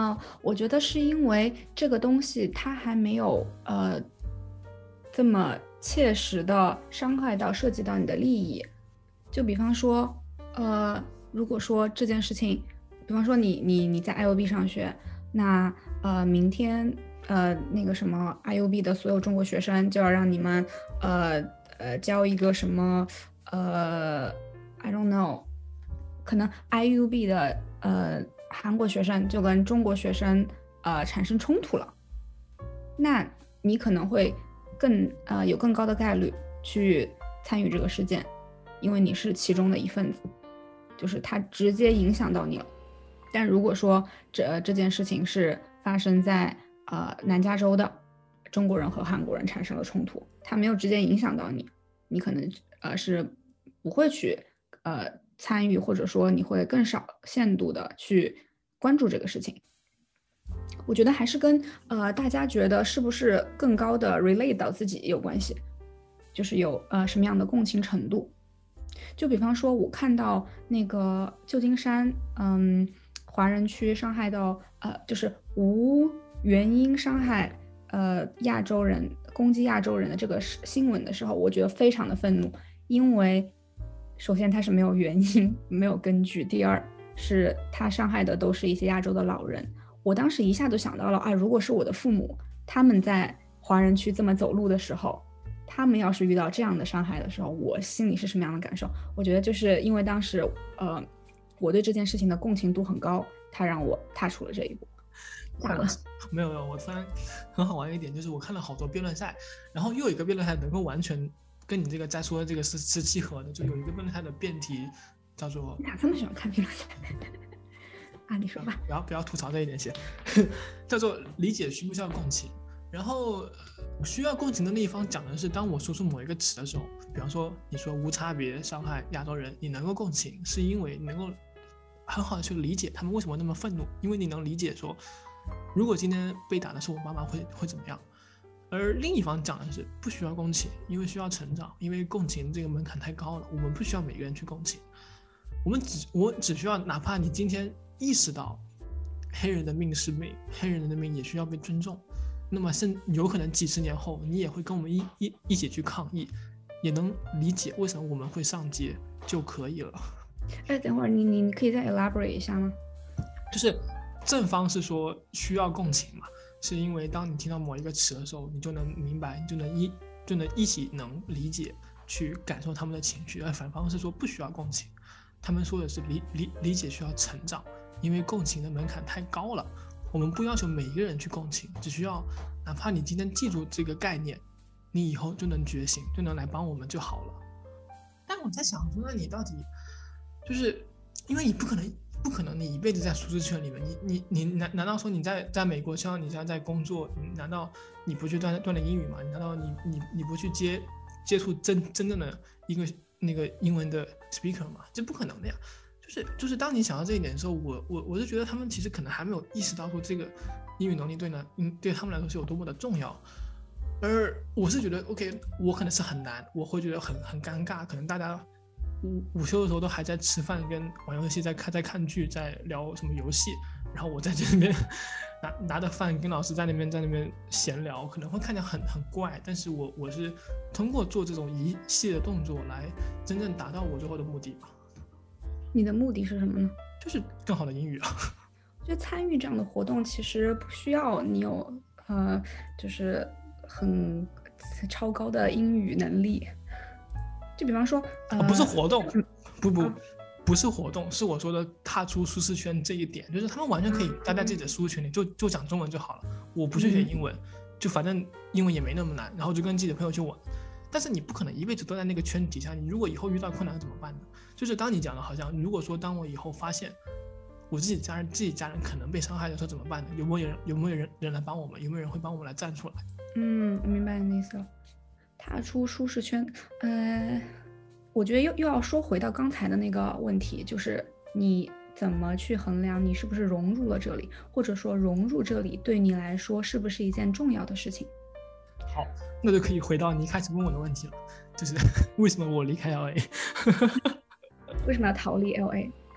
[SPEAKER 1] 啊、呃，我觉得是因为这个东西它还没有呃这么切实的伤害到涉及到你的利益。就比方说，呃，如果说这件事情，比方说你你你在 I U B 上学，那呃明天呃那个什么 I U B 的所有中国学生就要让你们呃呃交一个什么呃 I don't know， 可能 I U B 的呃韩国学生就跟中国学生呃产生冲突了，那你可能会更呃有更高的概率去参与这个事件，因为你是其中的一份子，就是它直接影响到你了。但如果说这这件事情是发生在呃南加州的中国人和韩国人产生了冲突，它没有直接影响到你，你可能呃是不会去呃参与，或者说你会更少限度的去关注这个事情。我觉得还是跟呃大家觉得是不是更高的 relate 到自己有关系，就是有呃什么样的共情程度。就比方说我看到那个旧金山嗯华人区伤害到呃就是无原因伤害呃亚洲人攻击亚洲人的这个新闻的时候，我觉得非常的愤怒，因为首先它是没有原因没有根据，第二是他伤害的都是一些亚洲的老人。我当时一下就想到了啊，如果是我的父母他们在华人区这么走路的时候，他们要是遇到这样的伤害的时候，我心里是什么样的感受。我觉得就是因为当时呃我对这件事情的共情度很高，他让我踏出了这一步。咋了？
[SPEAKER 2] 没有没有，我突然很好玩一点，就是我看了好多辩论赛，然后又有一个辩论赛能够完全跟你这个在说的这个是是契合的，就有一个辩论赛的辩题叫做，
[SPEAKER 1] 你咋这么喜欢看辩论赛啊？你说吧。
[SPEAKER 2] 不要不要吐槽这一点先叫做理解需不需要共情。然后需要共情的那一方讲的是，当我说出某一个词的时候，比方说你说无差别伤害亚洲人，你能够共情是因为你能够很好的去理解他们为什么那么愤怒，因为你能理解说如果今天被打的是我妈妈会会怎么样。而另一方讲的是不需要共情，因为需要成长，因为共情这个门槛太高了，我们不需要每个人去共情，我们只我只需要哪怕你今天意识到黑人的命是命，黑人的命也需要被尊重，那么甚有可能几十年后你也会跟我们 一, 一, 一起去抗议，也能理解为什么我们会上街就可以了。
[SPEAKER 1] 哎，等会儿你你你可以再 elaborate 一下吗？
[SPEAKER 2] 就是正方是说需要共情嘛，是因为当你听到某一个词的时候，你就能明白，你就能一就能一起能理解去感受他们的情绪。而反方是说不需要共情，他们说的是理理理解需要成长，因为共情的门槛太高了，我们不要求每一个人去共情，只需要哪怕你今天记住这个概念，你以后就能觉醒，就能来帮我们就好了。但我在想说，那你到底就是因为你不可能不可能你一辈子在舒适圈里面，你你你难难道说你在在美国，像你现在在工作，难道你不去锻锻炼英语吗？难道你你你不去接接触真真正的一个那个英文的 speaker 吗？这不可能的呀。就是就是当你想到这一点的时候，我我我是觉得他们其实可能还没有意识到说这个英语能力对呢对他们来说是有多么的重要。而我是觉得 OK， 我可能是很难，我会觉得很很尴尬，可能大家午午休的时候都还在吃饭，跟玩游戏，在看在看剧，在聊什么游戏，然后我在这边拿拿着饭跟老师在那边在那边闲聊，可能会看起来很很怪，但是我我是通过做这种一系列的动作来真正达到我最后的目的吧。
[SPEAKER 1] 你的目的是什么呢？
[SPEAKER 2] 就是更好的英语啊。
[SPEAKER 1] 我觉得参与这样的活动其实不需要你有呃，就是很超高的英语能力。就比方说，呃，
[SPEAKER 2] 哦、不是活动，不不、
[SPEAKER 1] 啊，
[SPEAKER 2] 不是活动，是我说的踏出舒适圈这一点，就是他们完全可以待在自己的舒适圈里，就就讲中文就好了，我不去学英文，就反正英文也没那么难，然后就跟自己的朋友去玩。但是你不可能一辈子都在那个圈底下，你如果以后遇到困难怎么办呢？就是当你讲的好像，如果说当我以后发现我自己家人自己家人可能被伤害的时候怎么办呢？有没有人有没有人人来帮我们？有没有人会帮我们来站出来？
[SPEAKER 1] 嗯，明白你的意思了。踏出舒适圈，呃，我觉得又又要说回到刚才的那个问题，就是你怎么去衡量你是不是融入了这里，或者说融入这里对你来说是不是一件重要的事情？
[SPEAKER 2] 好，那就可以回到你一开始问我的问题了，就是为什么我离开 L A
[SPEAKER 1] 为什么要逃离 L A？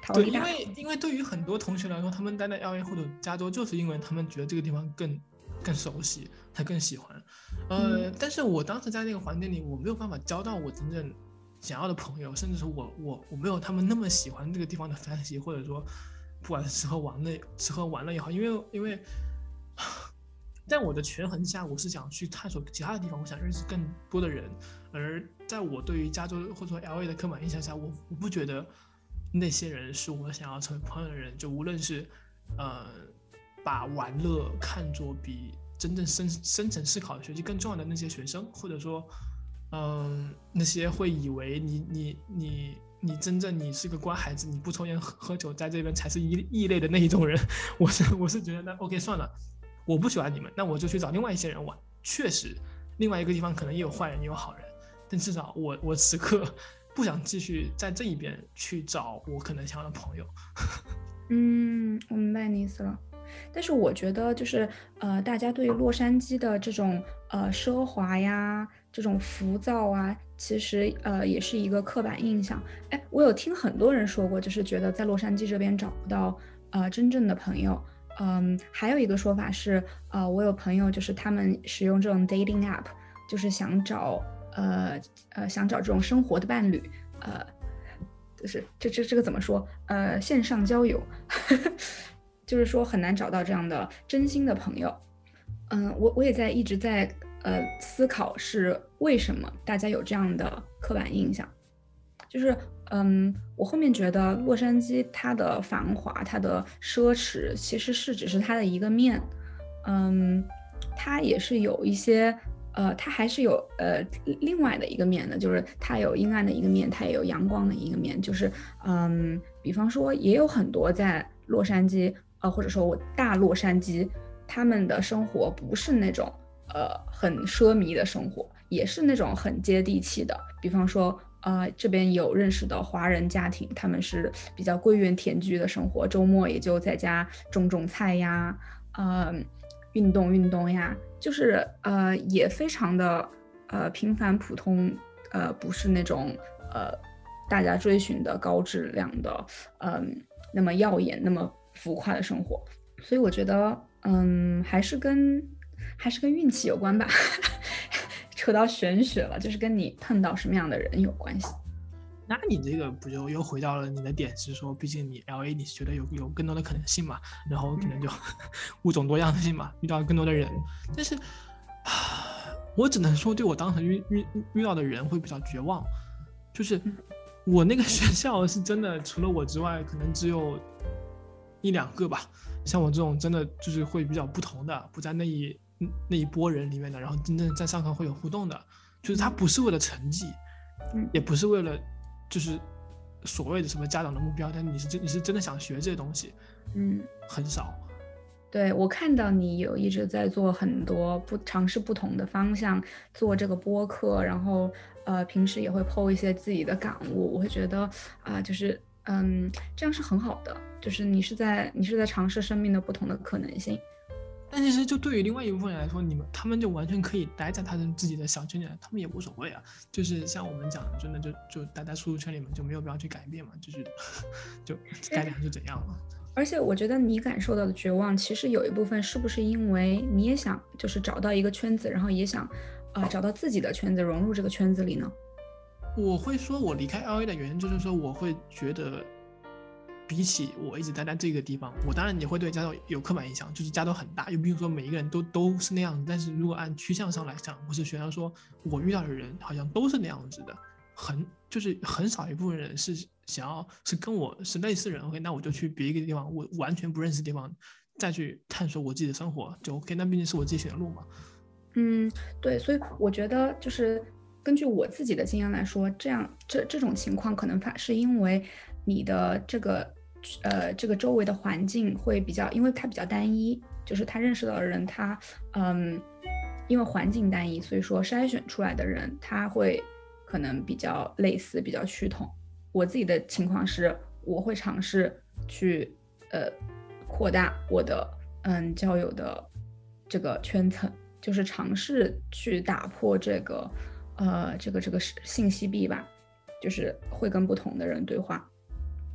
[SPEAKER 2] 对，
[SPEAKER 1] 逃离大。
[SPEAKER 2] 因为因为对于很多同学来说，他们待在 L A 或者加州，就是因为他们觉得这个地方更更熟悉，他更喜欢。呃，
[SPEAKER 1] 嗯、
[SPEAKER 2] 但是我当时在那个环境里，我没有办法交到我真正想要的朋友，甚至是我我我没有他们那么喜欢这个地方的 fantasy， 或者说不管是吃喝玩乐吃喝玩乐也好，因为因为在我的权衡下，我是想去探索其他的地方，我想认识更多的人。而在我对于加州或者说 L A 的刻板印象下，我我不觉得那些人是我想要成为朋友的人。就无论是呃把玩乐看作比真正深深层思考的学习更重要的那些学生，或者说嗯、呃、那些会以为你你你你真正你是个乖孩子，你不抽烟喝喝酒，在这边才是异异类的那一种人，我是我是觉得那 OK 算了，我不喜欢你们，那我就去找另外一些人玩。确实，另外一个地方可能也有坏人也有好人，但至少我我此刻不想继续在这一边去找我可能想要的朋友。
[SPEAKER 1] 嗯，我明白你意思了。但是我觉得就是呃，大家对于洛杉矶的这种呃奢华呀、这种浮躁啊，其实呃也是一个刻板印象。哎，我有听很多人说过，就是觉得在洛杉矶这边找不到呃真正的朋友。嗯，还有一个说法是，呃，我有朋友就是他们使用这种 dating app，就是想找呃呃想找这种生活的伴侣，呃，就是这这这个怎么说？呃，线上交友。就是说很难找到这样的真心的朋友。嗯，我我也在一直在呃思考是为什么大家有这样的刻板印象。就是嗯，我后面觉得洛杉矶它的繁华、它的奢侈，其实是只是它的一个面。嗯，它也是有一些呃，它还是有呃另外的一个面的，就是它有阴暗的一个面，它也有阳光的一个面。就是嗯，比方说也有很多在洛杉矶。呃，或者说我大洛杉矶，他们的生活不是那种呃很奢靡的生活，也是那种很接地气的。比方说，呃，这边有认识的华人家庭，他们是比较归园田居的生活，周末也就在家种种菜呀，呃，运动运动呀，就是呃也非常的呃平凡普通，呃不是那种呃大家追寻的高质量的，嗯、呃，那么耀眼，那么浮夸的生活。所以我觉得，嗯，还是跟还是跟运气有关吧。扯到玄学了，就是跟你碰到什么样的人有关系。
[SPEAKER 2] 那你这个不就又回到了你的点，是说，毕竟你 L A 你是觉得有有更多的可能性嘛，然后可能就物种多样性嘛，遇到更多的人。但是，我只能说，对我当时遇遇遇到的人会比较绝望，就是我那个学校是真的，除了我之外，可能只有一两个吧。像我这种真的就是会比较不同的，不在那一那一波人里面的，然后真正在上课会有互动的，就是他不是为了成绩，
[SPEAKER 1] 嗯，
[SPEAKER 2] 也不是为了就是所谓的什么家长的目标，但你是真你是真的想学这些东西，
[SPEAKER 1] 嗯，
[SPEAKER 2] 很少。
[SPEAKER 1] 对，我看到你有一直在做很多不尝试不同的方向，做这个播客，然后呃平时也会 po 一些自己的感悟，我会觉得啊、呃，就是嗯这样是很好的，就是你是在你是在尝试生命的不同的可能性。
[SPEAKER 2] 但其实就对于另外一部分人来说，你们他们就完全可以待在他的自己的小圈里，他们也无所谓啊。就是像我们讲的，真的就就待在舒适圈里面就没有必要去改变嘛，就是就该怎样就怎样嘛。
[SPEAKER 1] 而且我觉得你感受到的绝望，其实有一部分是不是因为你也想就是找到一个圈子，然后也想啊、呃、找到自己的圈子，融入这个圈子里呢？
[SPEAKER 2] 我会说，我离开 L A 的原因就是说，我会觉得，比起我一直待在这个地方，我当然也会对加州有刻板印象，就是加州很大，又并不是说每一个人都都是那样子。但是如果按趋向上来讲，我是觉得说，我遇到的人好像都是那样子的，很就是很少一部分人是想要是跟我是类似人 ，OK， 那我就去别一个地方，我完全不认识的地方，再去探索我自己的生活，就 OK， 那毕竟是我自己选的路嘛。
[SPEAKER 1] 嗯，对，所以我觉得就是根据我自己的经验来说，这样这这种情况可能发是因为你的这个呃这个周围的环境会比较，因为它比较单一，就是他认识到的人他嗯，因为环境单一，所以说筛选出来的人他会可能比较类似，比较趋同。我自己的情况是，我会尝试去呃扩大我的嗯交友的这个圈层。就是尝试去打破这个，呃，这个这个信息壁吧，就是会跟不同的人对话。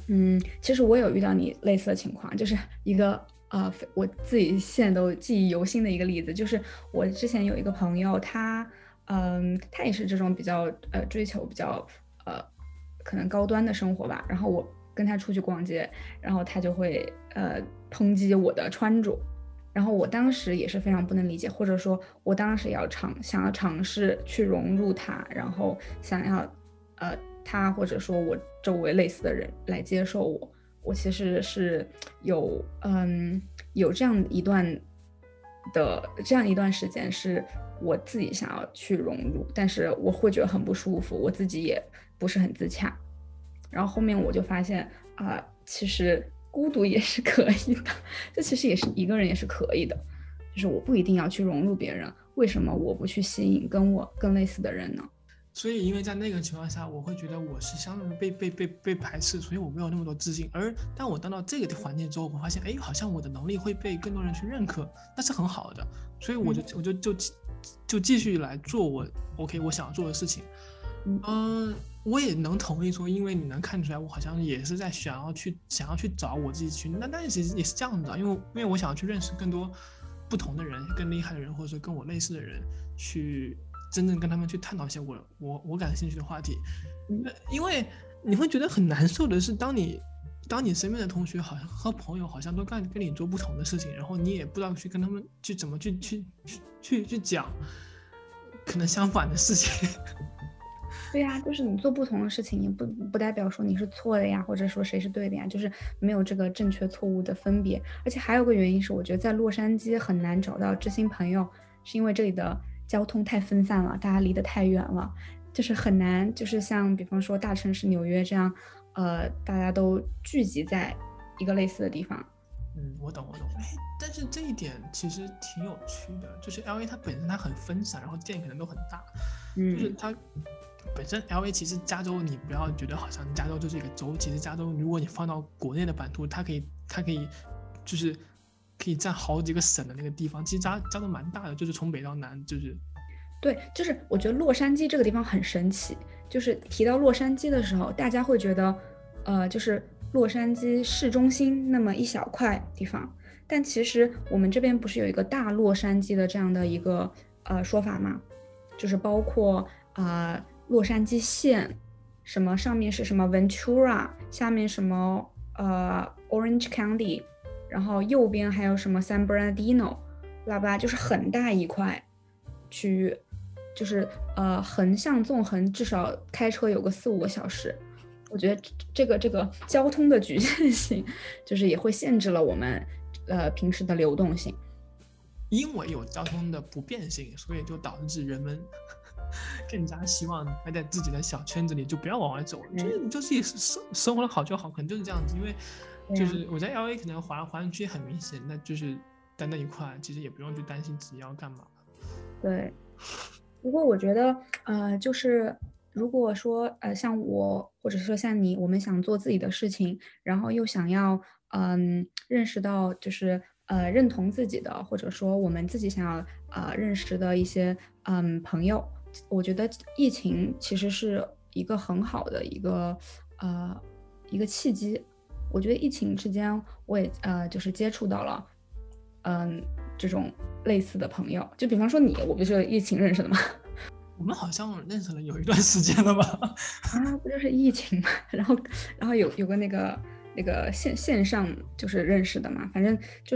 [SPEAKER 1] 嗯，其实我有遇到你类似的情况，就是一个呃，我自己现在都记忆犹新的一个例子，就是我之前有一个朋友，他嗯，他也是这种比较呃追求比较呃可能高端的生活吧，然后我跟他出去逛街，然后他就会呃抨击我的穿着，然后我当时也是非常不能理解，或者说我当时也要尝想要尝试去融入他，然后想要呃他或者说我周围类似的人来接受我，我其实是有嗯有这样一段的这样一段时间是我自己想要去融入，但是我会觉得很不舒服，我自己也不是很自洽。然后后面我就发现啊、呃其实孤独也是可以的，这其实也是一个人也是可以的，就是我不一定要去融入别人，为什么我不去吸引跟我更类似的人呢？
[SPEAKER 2] 所以因为在那个情况下，我会觉得我是相当于被被被被排斥，所以我没有那么多自信。而当我当到这个环境之后，我发现，哎，好像我的能力会被更多人去认可，那是很好的。所以我就、嗯、我就就就继续来做我 OK 我想做的事情。嗯、呃，我也能同意说，因为你能看出来，我好像也是在想要去想要去找我自己群，那但是其实也是这样子的，因为因为我想要去认识更多不同的人，更厉害的人，或者说跟我类似的人去。真正跟他们去探讨一些我我我感兴趣的话题，因为你会觉得很难受的是，当你当你身边的同学好像和朋友好像都干跟你做不同的事情，然后你也不知道去跟他们去怎么去去去去去讲可能相反的事情。
[SPEAKER 1] 对呀、啊，就是你做不同的事情，也不不代表说你是错的呀，或者说谁是对的呀，就是没有这个正确错误的分别。而且还有个原因是，我觉得在洛杉矶很难找到知心朋友，是因为这里的交通太分散了，大家离得太远了，就是很难，就是像比方说大城市纽约这样，呃，大家都聚集在一个类似的地方。
[SPEAKER 2] 嗯，我懂我懂。哎，但是这一点其实挺有趣的，就是 L A 它本身它很分散，然后店可能都很大，嗯，就是它本身 L A 其实加州，你不要觉得好像加州就是一个州，其实加州如果你放到国内的版图，它可以它可以就是可以占好几个省的那个地方，其实加加州蛮大的，就是从北到南，就是
[SPEAKER 1] 对，就是我觉得洛杉矶这个地方很神奇，就是提到洛杉矶的时候，大家会觉得呃就是洛杉矶市中心那么一小块地方，但其实我们这边不是有一个大洛杉矶的这样的一个呃说法吗？就是包括啊、呃、洛杉矶县，什么上面是什么 Ventura， 下面什么呃 Orange County， 然后右边还有什么 San Bernardino， 拉巴就是很大一块区域，就是呃横向纵横至少开车有个四五个小时。我觉得这个这个交通的局限性，就是也会限制了我们呃平时的流动性。
[SPEAKER 2] 因为有交通的不便性，所以就导致人们更加希望待在自己的小圈子里，就不要往外走。就是你就自己生生活的好就好，可能就是这样子。因为就是我在 L A 可能华华人区很明显，那就是在那一块，其实也不用去担心自己要干嘛。对。
[SPEAKER 1] 不过我觉得呃就是如果说呃像我或者说像你，我们想做自己的事情，然后又想要嗯认识到就是呃认同自己的，或者说我们自己想要呃认识的一些嗯朋友，我觉得疫情其实是一个很好的一个呃一个契机。我觉得疫情之间我也呃就是接触到了嗯这种类似的朋友，就比方说你，我不是疫情认识的吗？
[SPEAKER 2] 我们好像认识了有一段时间了吧？
[SPEAKER 1] 啊，不就是疫情嘛，然后然后有有个那个那个线线上就是认识的嘛，反正就是，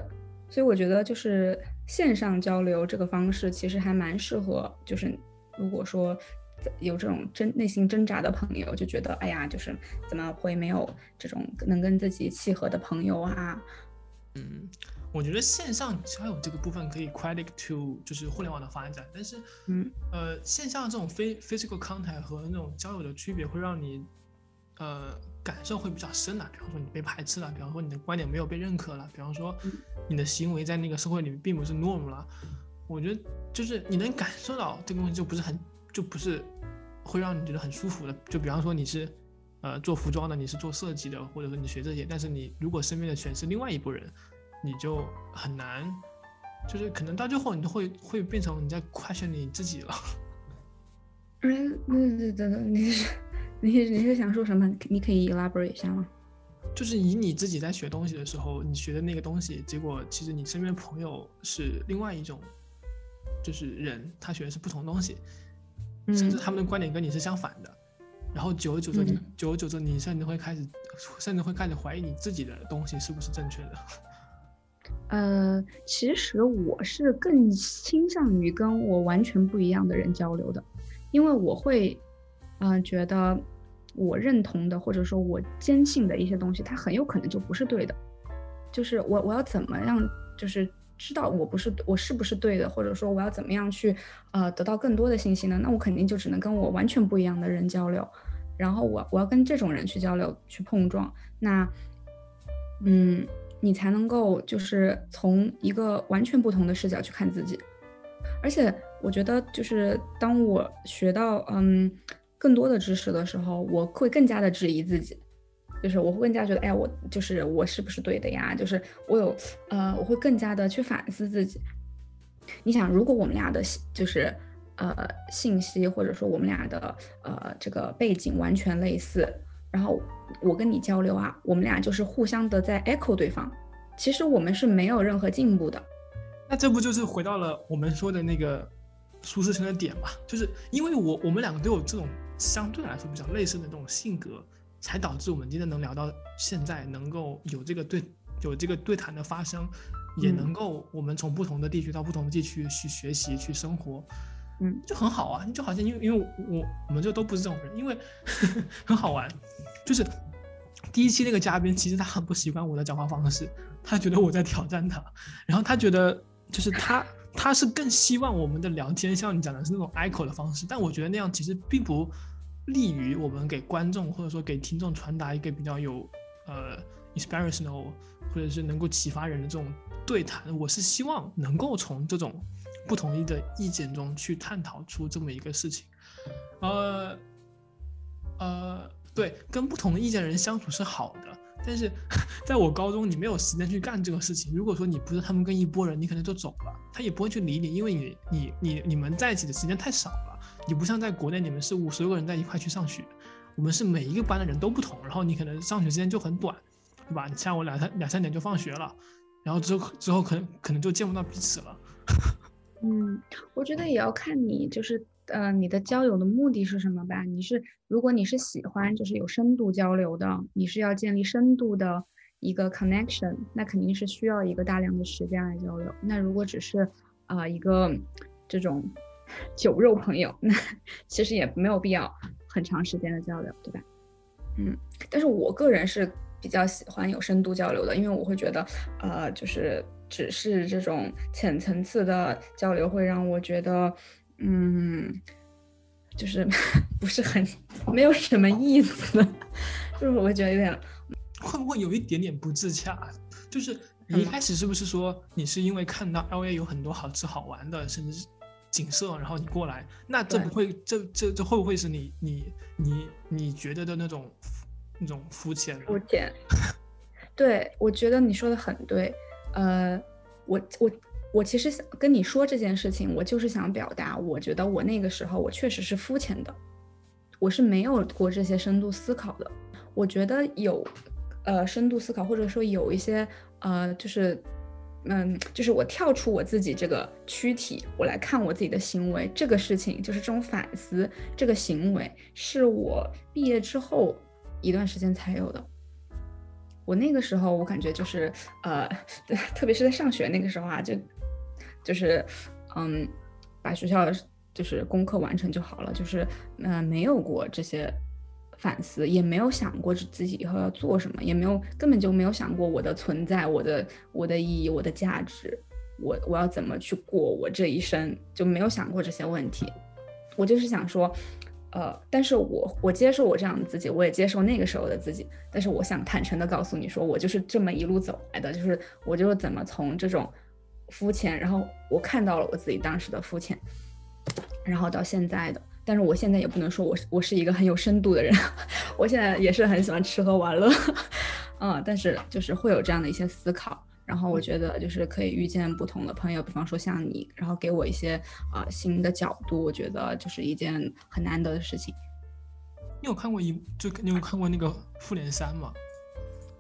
[SPEAKER 1] 所以我觉得就是线上交流这个方式其实还蛮适合，就是如果说有这种真内心挣扎的朋友，就觉得哎呀，就是怎么会没有这种能跟自己契合的朋友啊？
[SPEAKER 2] 嗯。我觉得线上交友这个部分可以 credit to 就是互联网的发展，但是，嗯，呃，线上这种非 physical contact 和那种交友的区别会让你，呃，感受会比较深了。比方说你被排斥了，比方说你的观点没有被认可了，比方说你的行为在那个社会里面并不是 norm 了。我觉得就是你能感受到这个东西就不是很，就不是会让你觉得很舒服的。就比方说你是，呃，做服装的，你是做设计的，或者说你学这些，但是你如果身边的全是另外一拨人。你就很难，就是可能到最后你就会会变成你在 question 你自己了。
[SPEAKER 1] 嗯，对对对对，你是你是你是想说什么？你可以 elaborate 一下吗？
[SPEAKER 2] 就是以你自己在学东西的时候，你学的那个东西，结果其实你身边朋友是另外一种，就是人，他学的是不同东西，
[SPEAKER 1] 嗯、
[SPEAKER 2] 甚至他们的观点跟你是相反的。然后久而久之，你、
[SPEAKER 1] 嗯、
[SPEAKER 2] 久而久之，你甚至会开始，甚至会开始怀疑你自己的东西是不是正确的。
[SPEAKER 1] 呃，其实我是更倾向于跟我完全不一样的人交流的，因为我会，嗯、呃，觉得。我认同的或者说我坚信的一些东西，它很有可能就不是对的。就是我我要怎么样，就是知道我不是我是不是对的，或者说我要怎么样去呃得到更多的信息呢？那我肯定就只能跟我完全不一样的人交流，然后我我要跟这种人去交流去碰撞，那嗯，你才能够就是从一个完全不同的视角去看自己。而且我觉得就是当我学到嗯。更多的知识的时候，我会更加的质疑自己，就是我会更加觉得，哎呀，我就是我是不是对的呀？就是我有呃，我会更加的去反思自己。你想，如果我们俩的就是呃信息或者说我们俩的呃这个背景完全类似，然后我跟你交流啊，我们俩就是互相的在 echo 对方，其实我们是没有任何进步的。
[SPEAKER 2] 那这不就是回到了我们说的那个舒适圈的点嘛？就是因为我我们两个都有这种相对来说比较类似的这种性格，才导致我们今天能聊到现在，能够有这个对有这个对谈的发生，也能够我们从不同的地区到不同的地区去学习去生活，
[SPEAKER 1] 嗯，
[SPEAKER 2] 就很好啊。就好像因为因为我我们就都不是这种人，因为呵呵很好玩。就是第一期那个嘉宾，其实他很不习惯我的讲话方式，他觉得我在挑战他，然后他觉得就是他。他是更希望我们的聊天像你讲的是那种 echo 的方式，但我觉得那样其实并不利于我们给观众或者说给听众传达一个比较有呃 inspirational 或者是能够启发人的这种对谈。我是希望能够从这种不同的意见中去探讨出这么一个事情。呃呃，对，跟不同的意见的人相处是好的。但是在我高中，你没有时间去干这个事情。如果说你不是他们跟一拨人，你可能就走了，他也不会去理你，因为你你你你们在一起的时间太少了。你不像在国内，你们是五十个人在一块去上学，我们是每一个班的人都不同，然后你可能上学时间就很短，对吧？你像我两三两三点就放学了，然后之后之后可能可能就见不到彼此了。
[SPEAKER 1] 嗯，我觉得也要看你就是呃你的交友的目的是什么吧。你是如果你是喜欢就是有深度交流的，你是要建立深度的一个 connection， 那肯定是需要一个大量的时间来交流。那如果只是啊、呃、一个这种酒肉朋友，那其实也没有必要很长时间的交流，对吧？嗯，但是我个人是比较喜欢有深度交流的，因为我会觉得呃就是只是这种浅层次的交流会让我觉得嗯就是不是很没有什么意思，就是我会觉得有点
[SPEAKER 2] 会不会有一点点不自洽？就是你一开始是不是说你是因为看到 L A 有很多好吃好玩的甚至是景色，然后你过来，那这不会这这这会不会是你你你你觉得的那种那种肤浅？
[SPEAKER 1] 肤浅，对，我觉得你说的很对。呃，我我我其实跟你说这件事情，我就是想表达，我觉得我那个时候我确实是肤浅的，我是没有过这些深度思考的。我觉得有呃深度思考，或者说有一些呃就是嗯就是我跳出我自己这个躯体，我来看我自己的行为，这个事情就是这种反思，这个行为是我毕业之后一段时间才有的。我那个时候我感觉就是呃特别是在上学那个时候啊，就就是嗯把学校就是功课完成就好了，就是呃没有过这些反思，也没有想过自己以后要做什么，也没有根本就没有想过我的存在，我的我的意义，我的价值，我我要怎么去过我这一生，就没有想过这些问题。我就是想说呃，但是我我接受我这样的自己，我也接受那个时候的自己，但是我想坦诚的告诉你说，我就是这么一路走来的，就是我就是怎么从这种肤浅，然后我看到了我自己当时的肤浅，然后到现在的，但是我现在也不能说我我是一个很有深度的人，我现在也是很喜欢吃喝玩乐，嗯，但是就是会有这样的一些思考。然后我觉得就是可以遇见不同的朋友，比方说像你，然后给我一些啊、呃、新的角度，我觉得就是一件很难得的事情。
[SPEAKER 2] 你有看过一就你有看过那个复联三吗？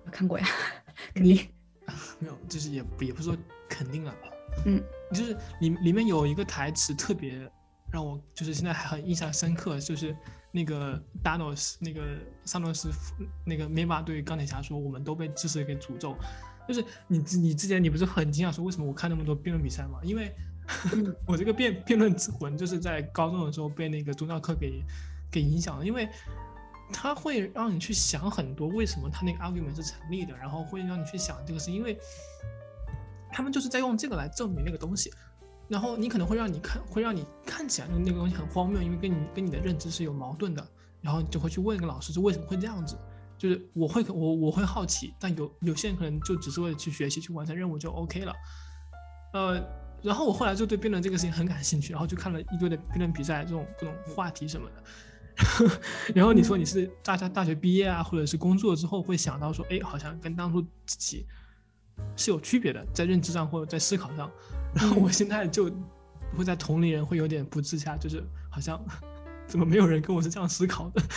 [SPEAKER 1] 看过呀，肯定
[SPEAKER 2] 没有，就是也也不是说肯定了，
[SPEAKER 1] 嗯，
[SPEAKER 2] 就是里里面有一个台词特别让我就是现在还很印象深刻，就是那个 Thanos 那个萨诺斯那个梅巴对钢铁侠说，我们都被知识给诅咒。就是你你之前你不是很惊讶说为什么我看那么多辩论比赛吗？因为我这个辩辩论之魂就是在高中的时候被那个宗教课给给影响了，因为它会让你去想很多为什么他那个 argument 是成立的，然后会让你去想这个是因为他们就是在用这个来证明那个东西，然后你可能会让你看会让你看起来那个东西很荒谬，因为跟你跟你的认知是有矛盾的，然后你就会去问一个老师是为什么会这样子。就是我会我我会好奇，但有有些人可能就只是为了去学习去完成任务就 OK 了，呃，然后我后来就对辩论这个事情很感兴趣，然后就看了一堆的辩论比赛，这种各种话题什么的。然后你说你是大家大学毕业啊，或者是工作之后会想到说，哎，好像跟当初自己是有区别的，在认知上或者在思考上。然后我现在就会在同龄人会有点不自洽，就是好像怎么没有人跟我是这样思考的。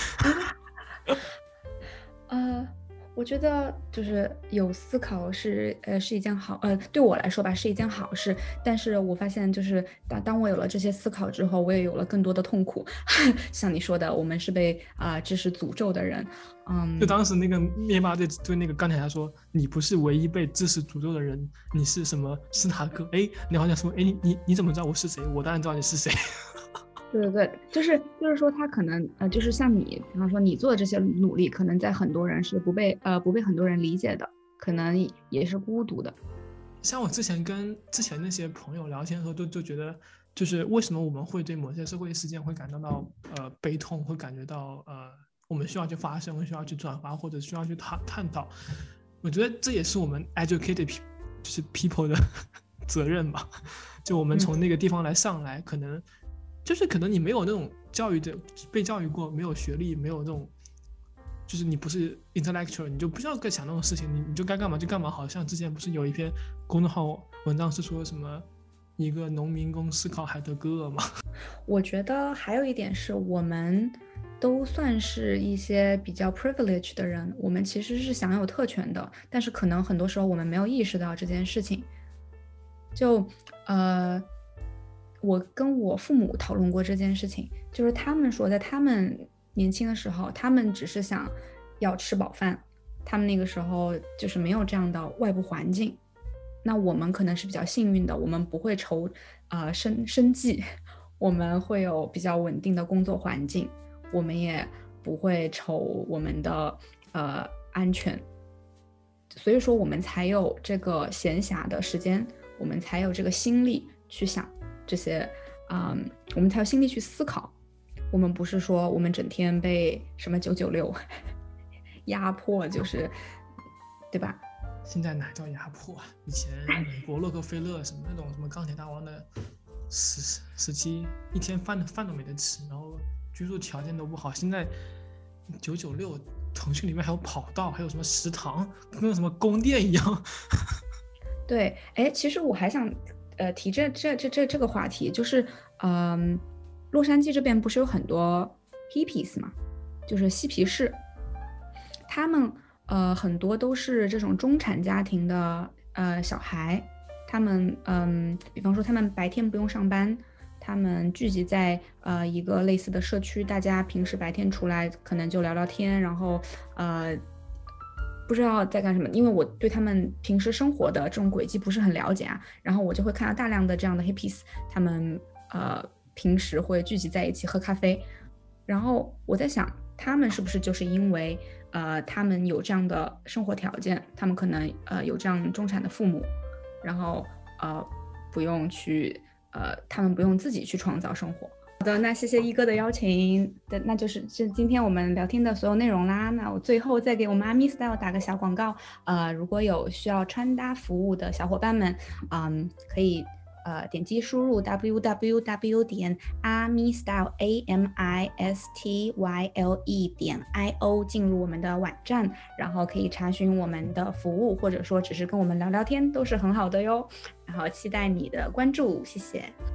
[SPEAKER 1] 呃，我觉得就是有思考是呃是一件好呃对我来说吧是一件好事，但是我发现就是当当我有了这些思考之后，我也有了更多的痛苦。像你说的，我们是被啊、呃、知识诅咒的人，嗯，
[SPEAKER 2] 就当时那个灭霸对对那个钢铁侠说，你不是唯一被知识诅咒的人，你是什么斯塔克？哎，你好像说，哎，你你你怎么知道我是谁？我当然知道你是谁。
[SPEAKER 1] 对对对，就是就是说他可能呃，就是像你，比方说你做的这些努力，可能在很多人是不被呃不被很多人理解的，可能也是孤独的。
[SPEAKER 2] 像我之前跟之前那些朋友聊天的时候，就就觉得，就是为什么我们会对某些社会事件会感到到呃悲痛，会感觉到呃我们需要去发声，需要去转发，或者需要去探探讨。我觉得这也是我们 educated 就是 people 的责任吧。就我们从那个地方来上来，嗯、可能。就是可能你没有那种教育的被教育过，没有学历，没有那种，就是你不是 intellectual， 你就不需要该想那种事情，你你就该干嘛就干嘛。好像之前不是有一篇公众号文章是说什么一个农民工思考海德格尔吗？
[SPEAKER 1] 我觉得还有一点是我们都算是一些比较 privileged 的人，我们其实是享有特权的，但是可能很多时候我们没有意识到这件事情。就呃。我跟我父母讨论过这件事情，就是他们说在他们年轻的时候，他们只是想要吃饱饭，他们那个时候就是没有这样的外部环境。那我们可能是比较幸运的，我们不会愁呃生生计，我们会有比较稳定的工作环境，我们也不会愁我们的呃安全，所以说我们才有这个闲暇的时间，我们才有这个心力去想这些，嗯，我们才有心力去思考。我们不是说我们整天被什么九九六压迫，就是对吧？
[SPEAKER 2] 现在哪叫压迫啊？以前美国洛克菲勒什么那种什么钢铁大王的时时期，一天饭饭都没得吃，然后居住条件都不好。现在九九六，腾讯里面还有跑道，还有什么食堂，跟什么宫殿一样。
[SPEAKER 1] 对，哎，其实我还想。呃，提这这这这这个话题，就是，嗯，洛杉矶这边不是有很多 hippies 嘛，就是嬉皮士，他们呃很多都是这种中产家庭的呃小孩，他们嗯，比方说他们白天不用上班，他们聚集在呃一个类似的社区，大家平时白天出来可能就聊聊天，然后呃。不知道在干什么，因为我对他们平时生活的这种轨迹不是很了解啊，然后我就会看到大量的这样的 hippies， 他们呃平时会聚集在一起喝咖啡，然后我在想，他们是不是就是因为呃他们有这样的生活条件，他们可能呃有这样中产的父母，然后呃不用去呃他们不用自己去创造生活。好的，那谢谢一哥的邀请，那就是是今天我们聊天的所有内容啦。那我最后再给我们 Army Style 打个小广告，呃，如果有需要穿搭服务的小伙伴们，嗯，可以呃点击输入 w w w 点 army style a m i s t y l e 点 i o 进入我们的网站，然后可以查询我们的服务，或者说只是跟我们聊聊天，都是很好的哟。然后期待你的关注，谢谢。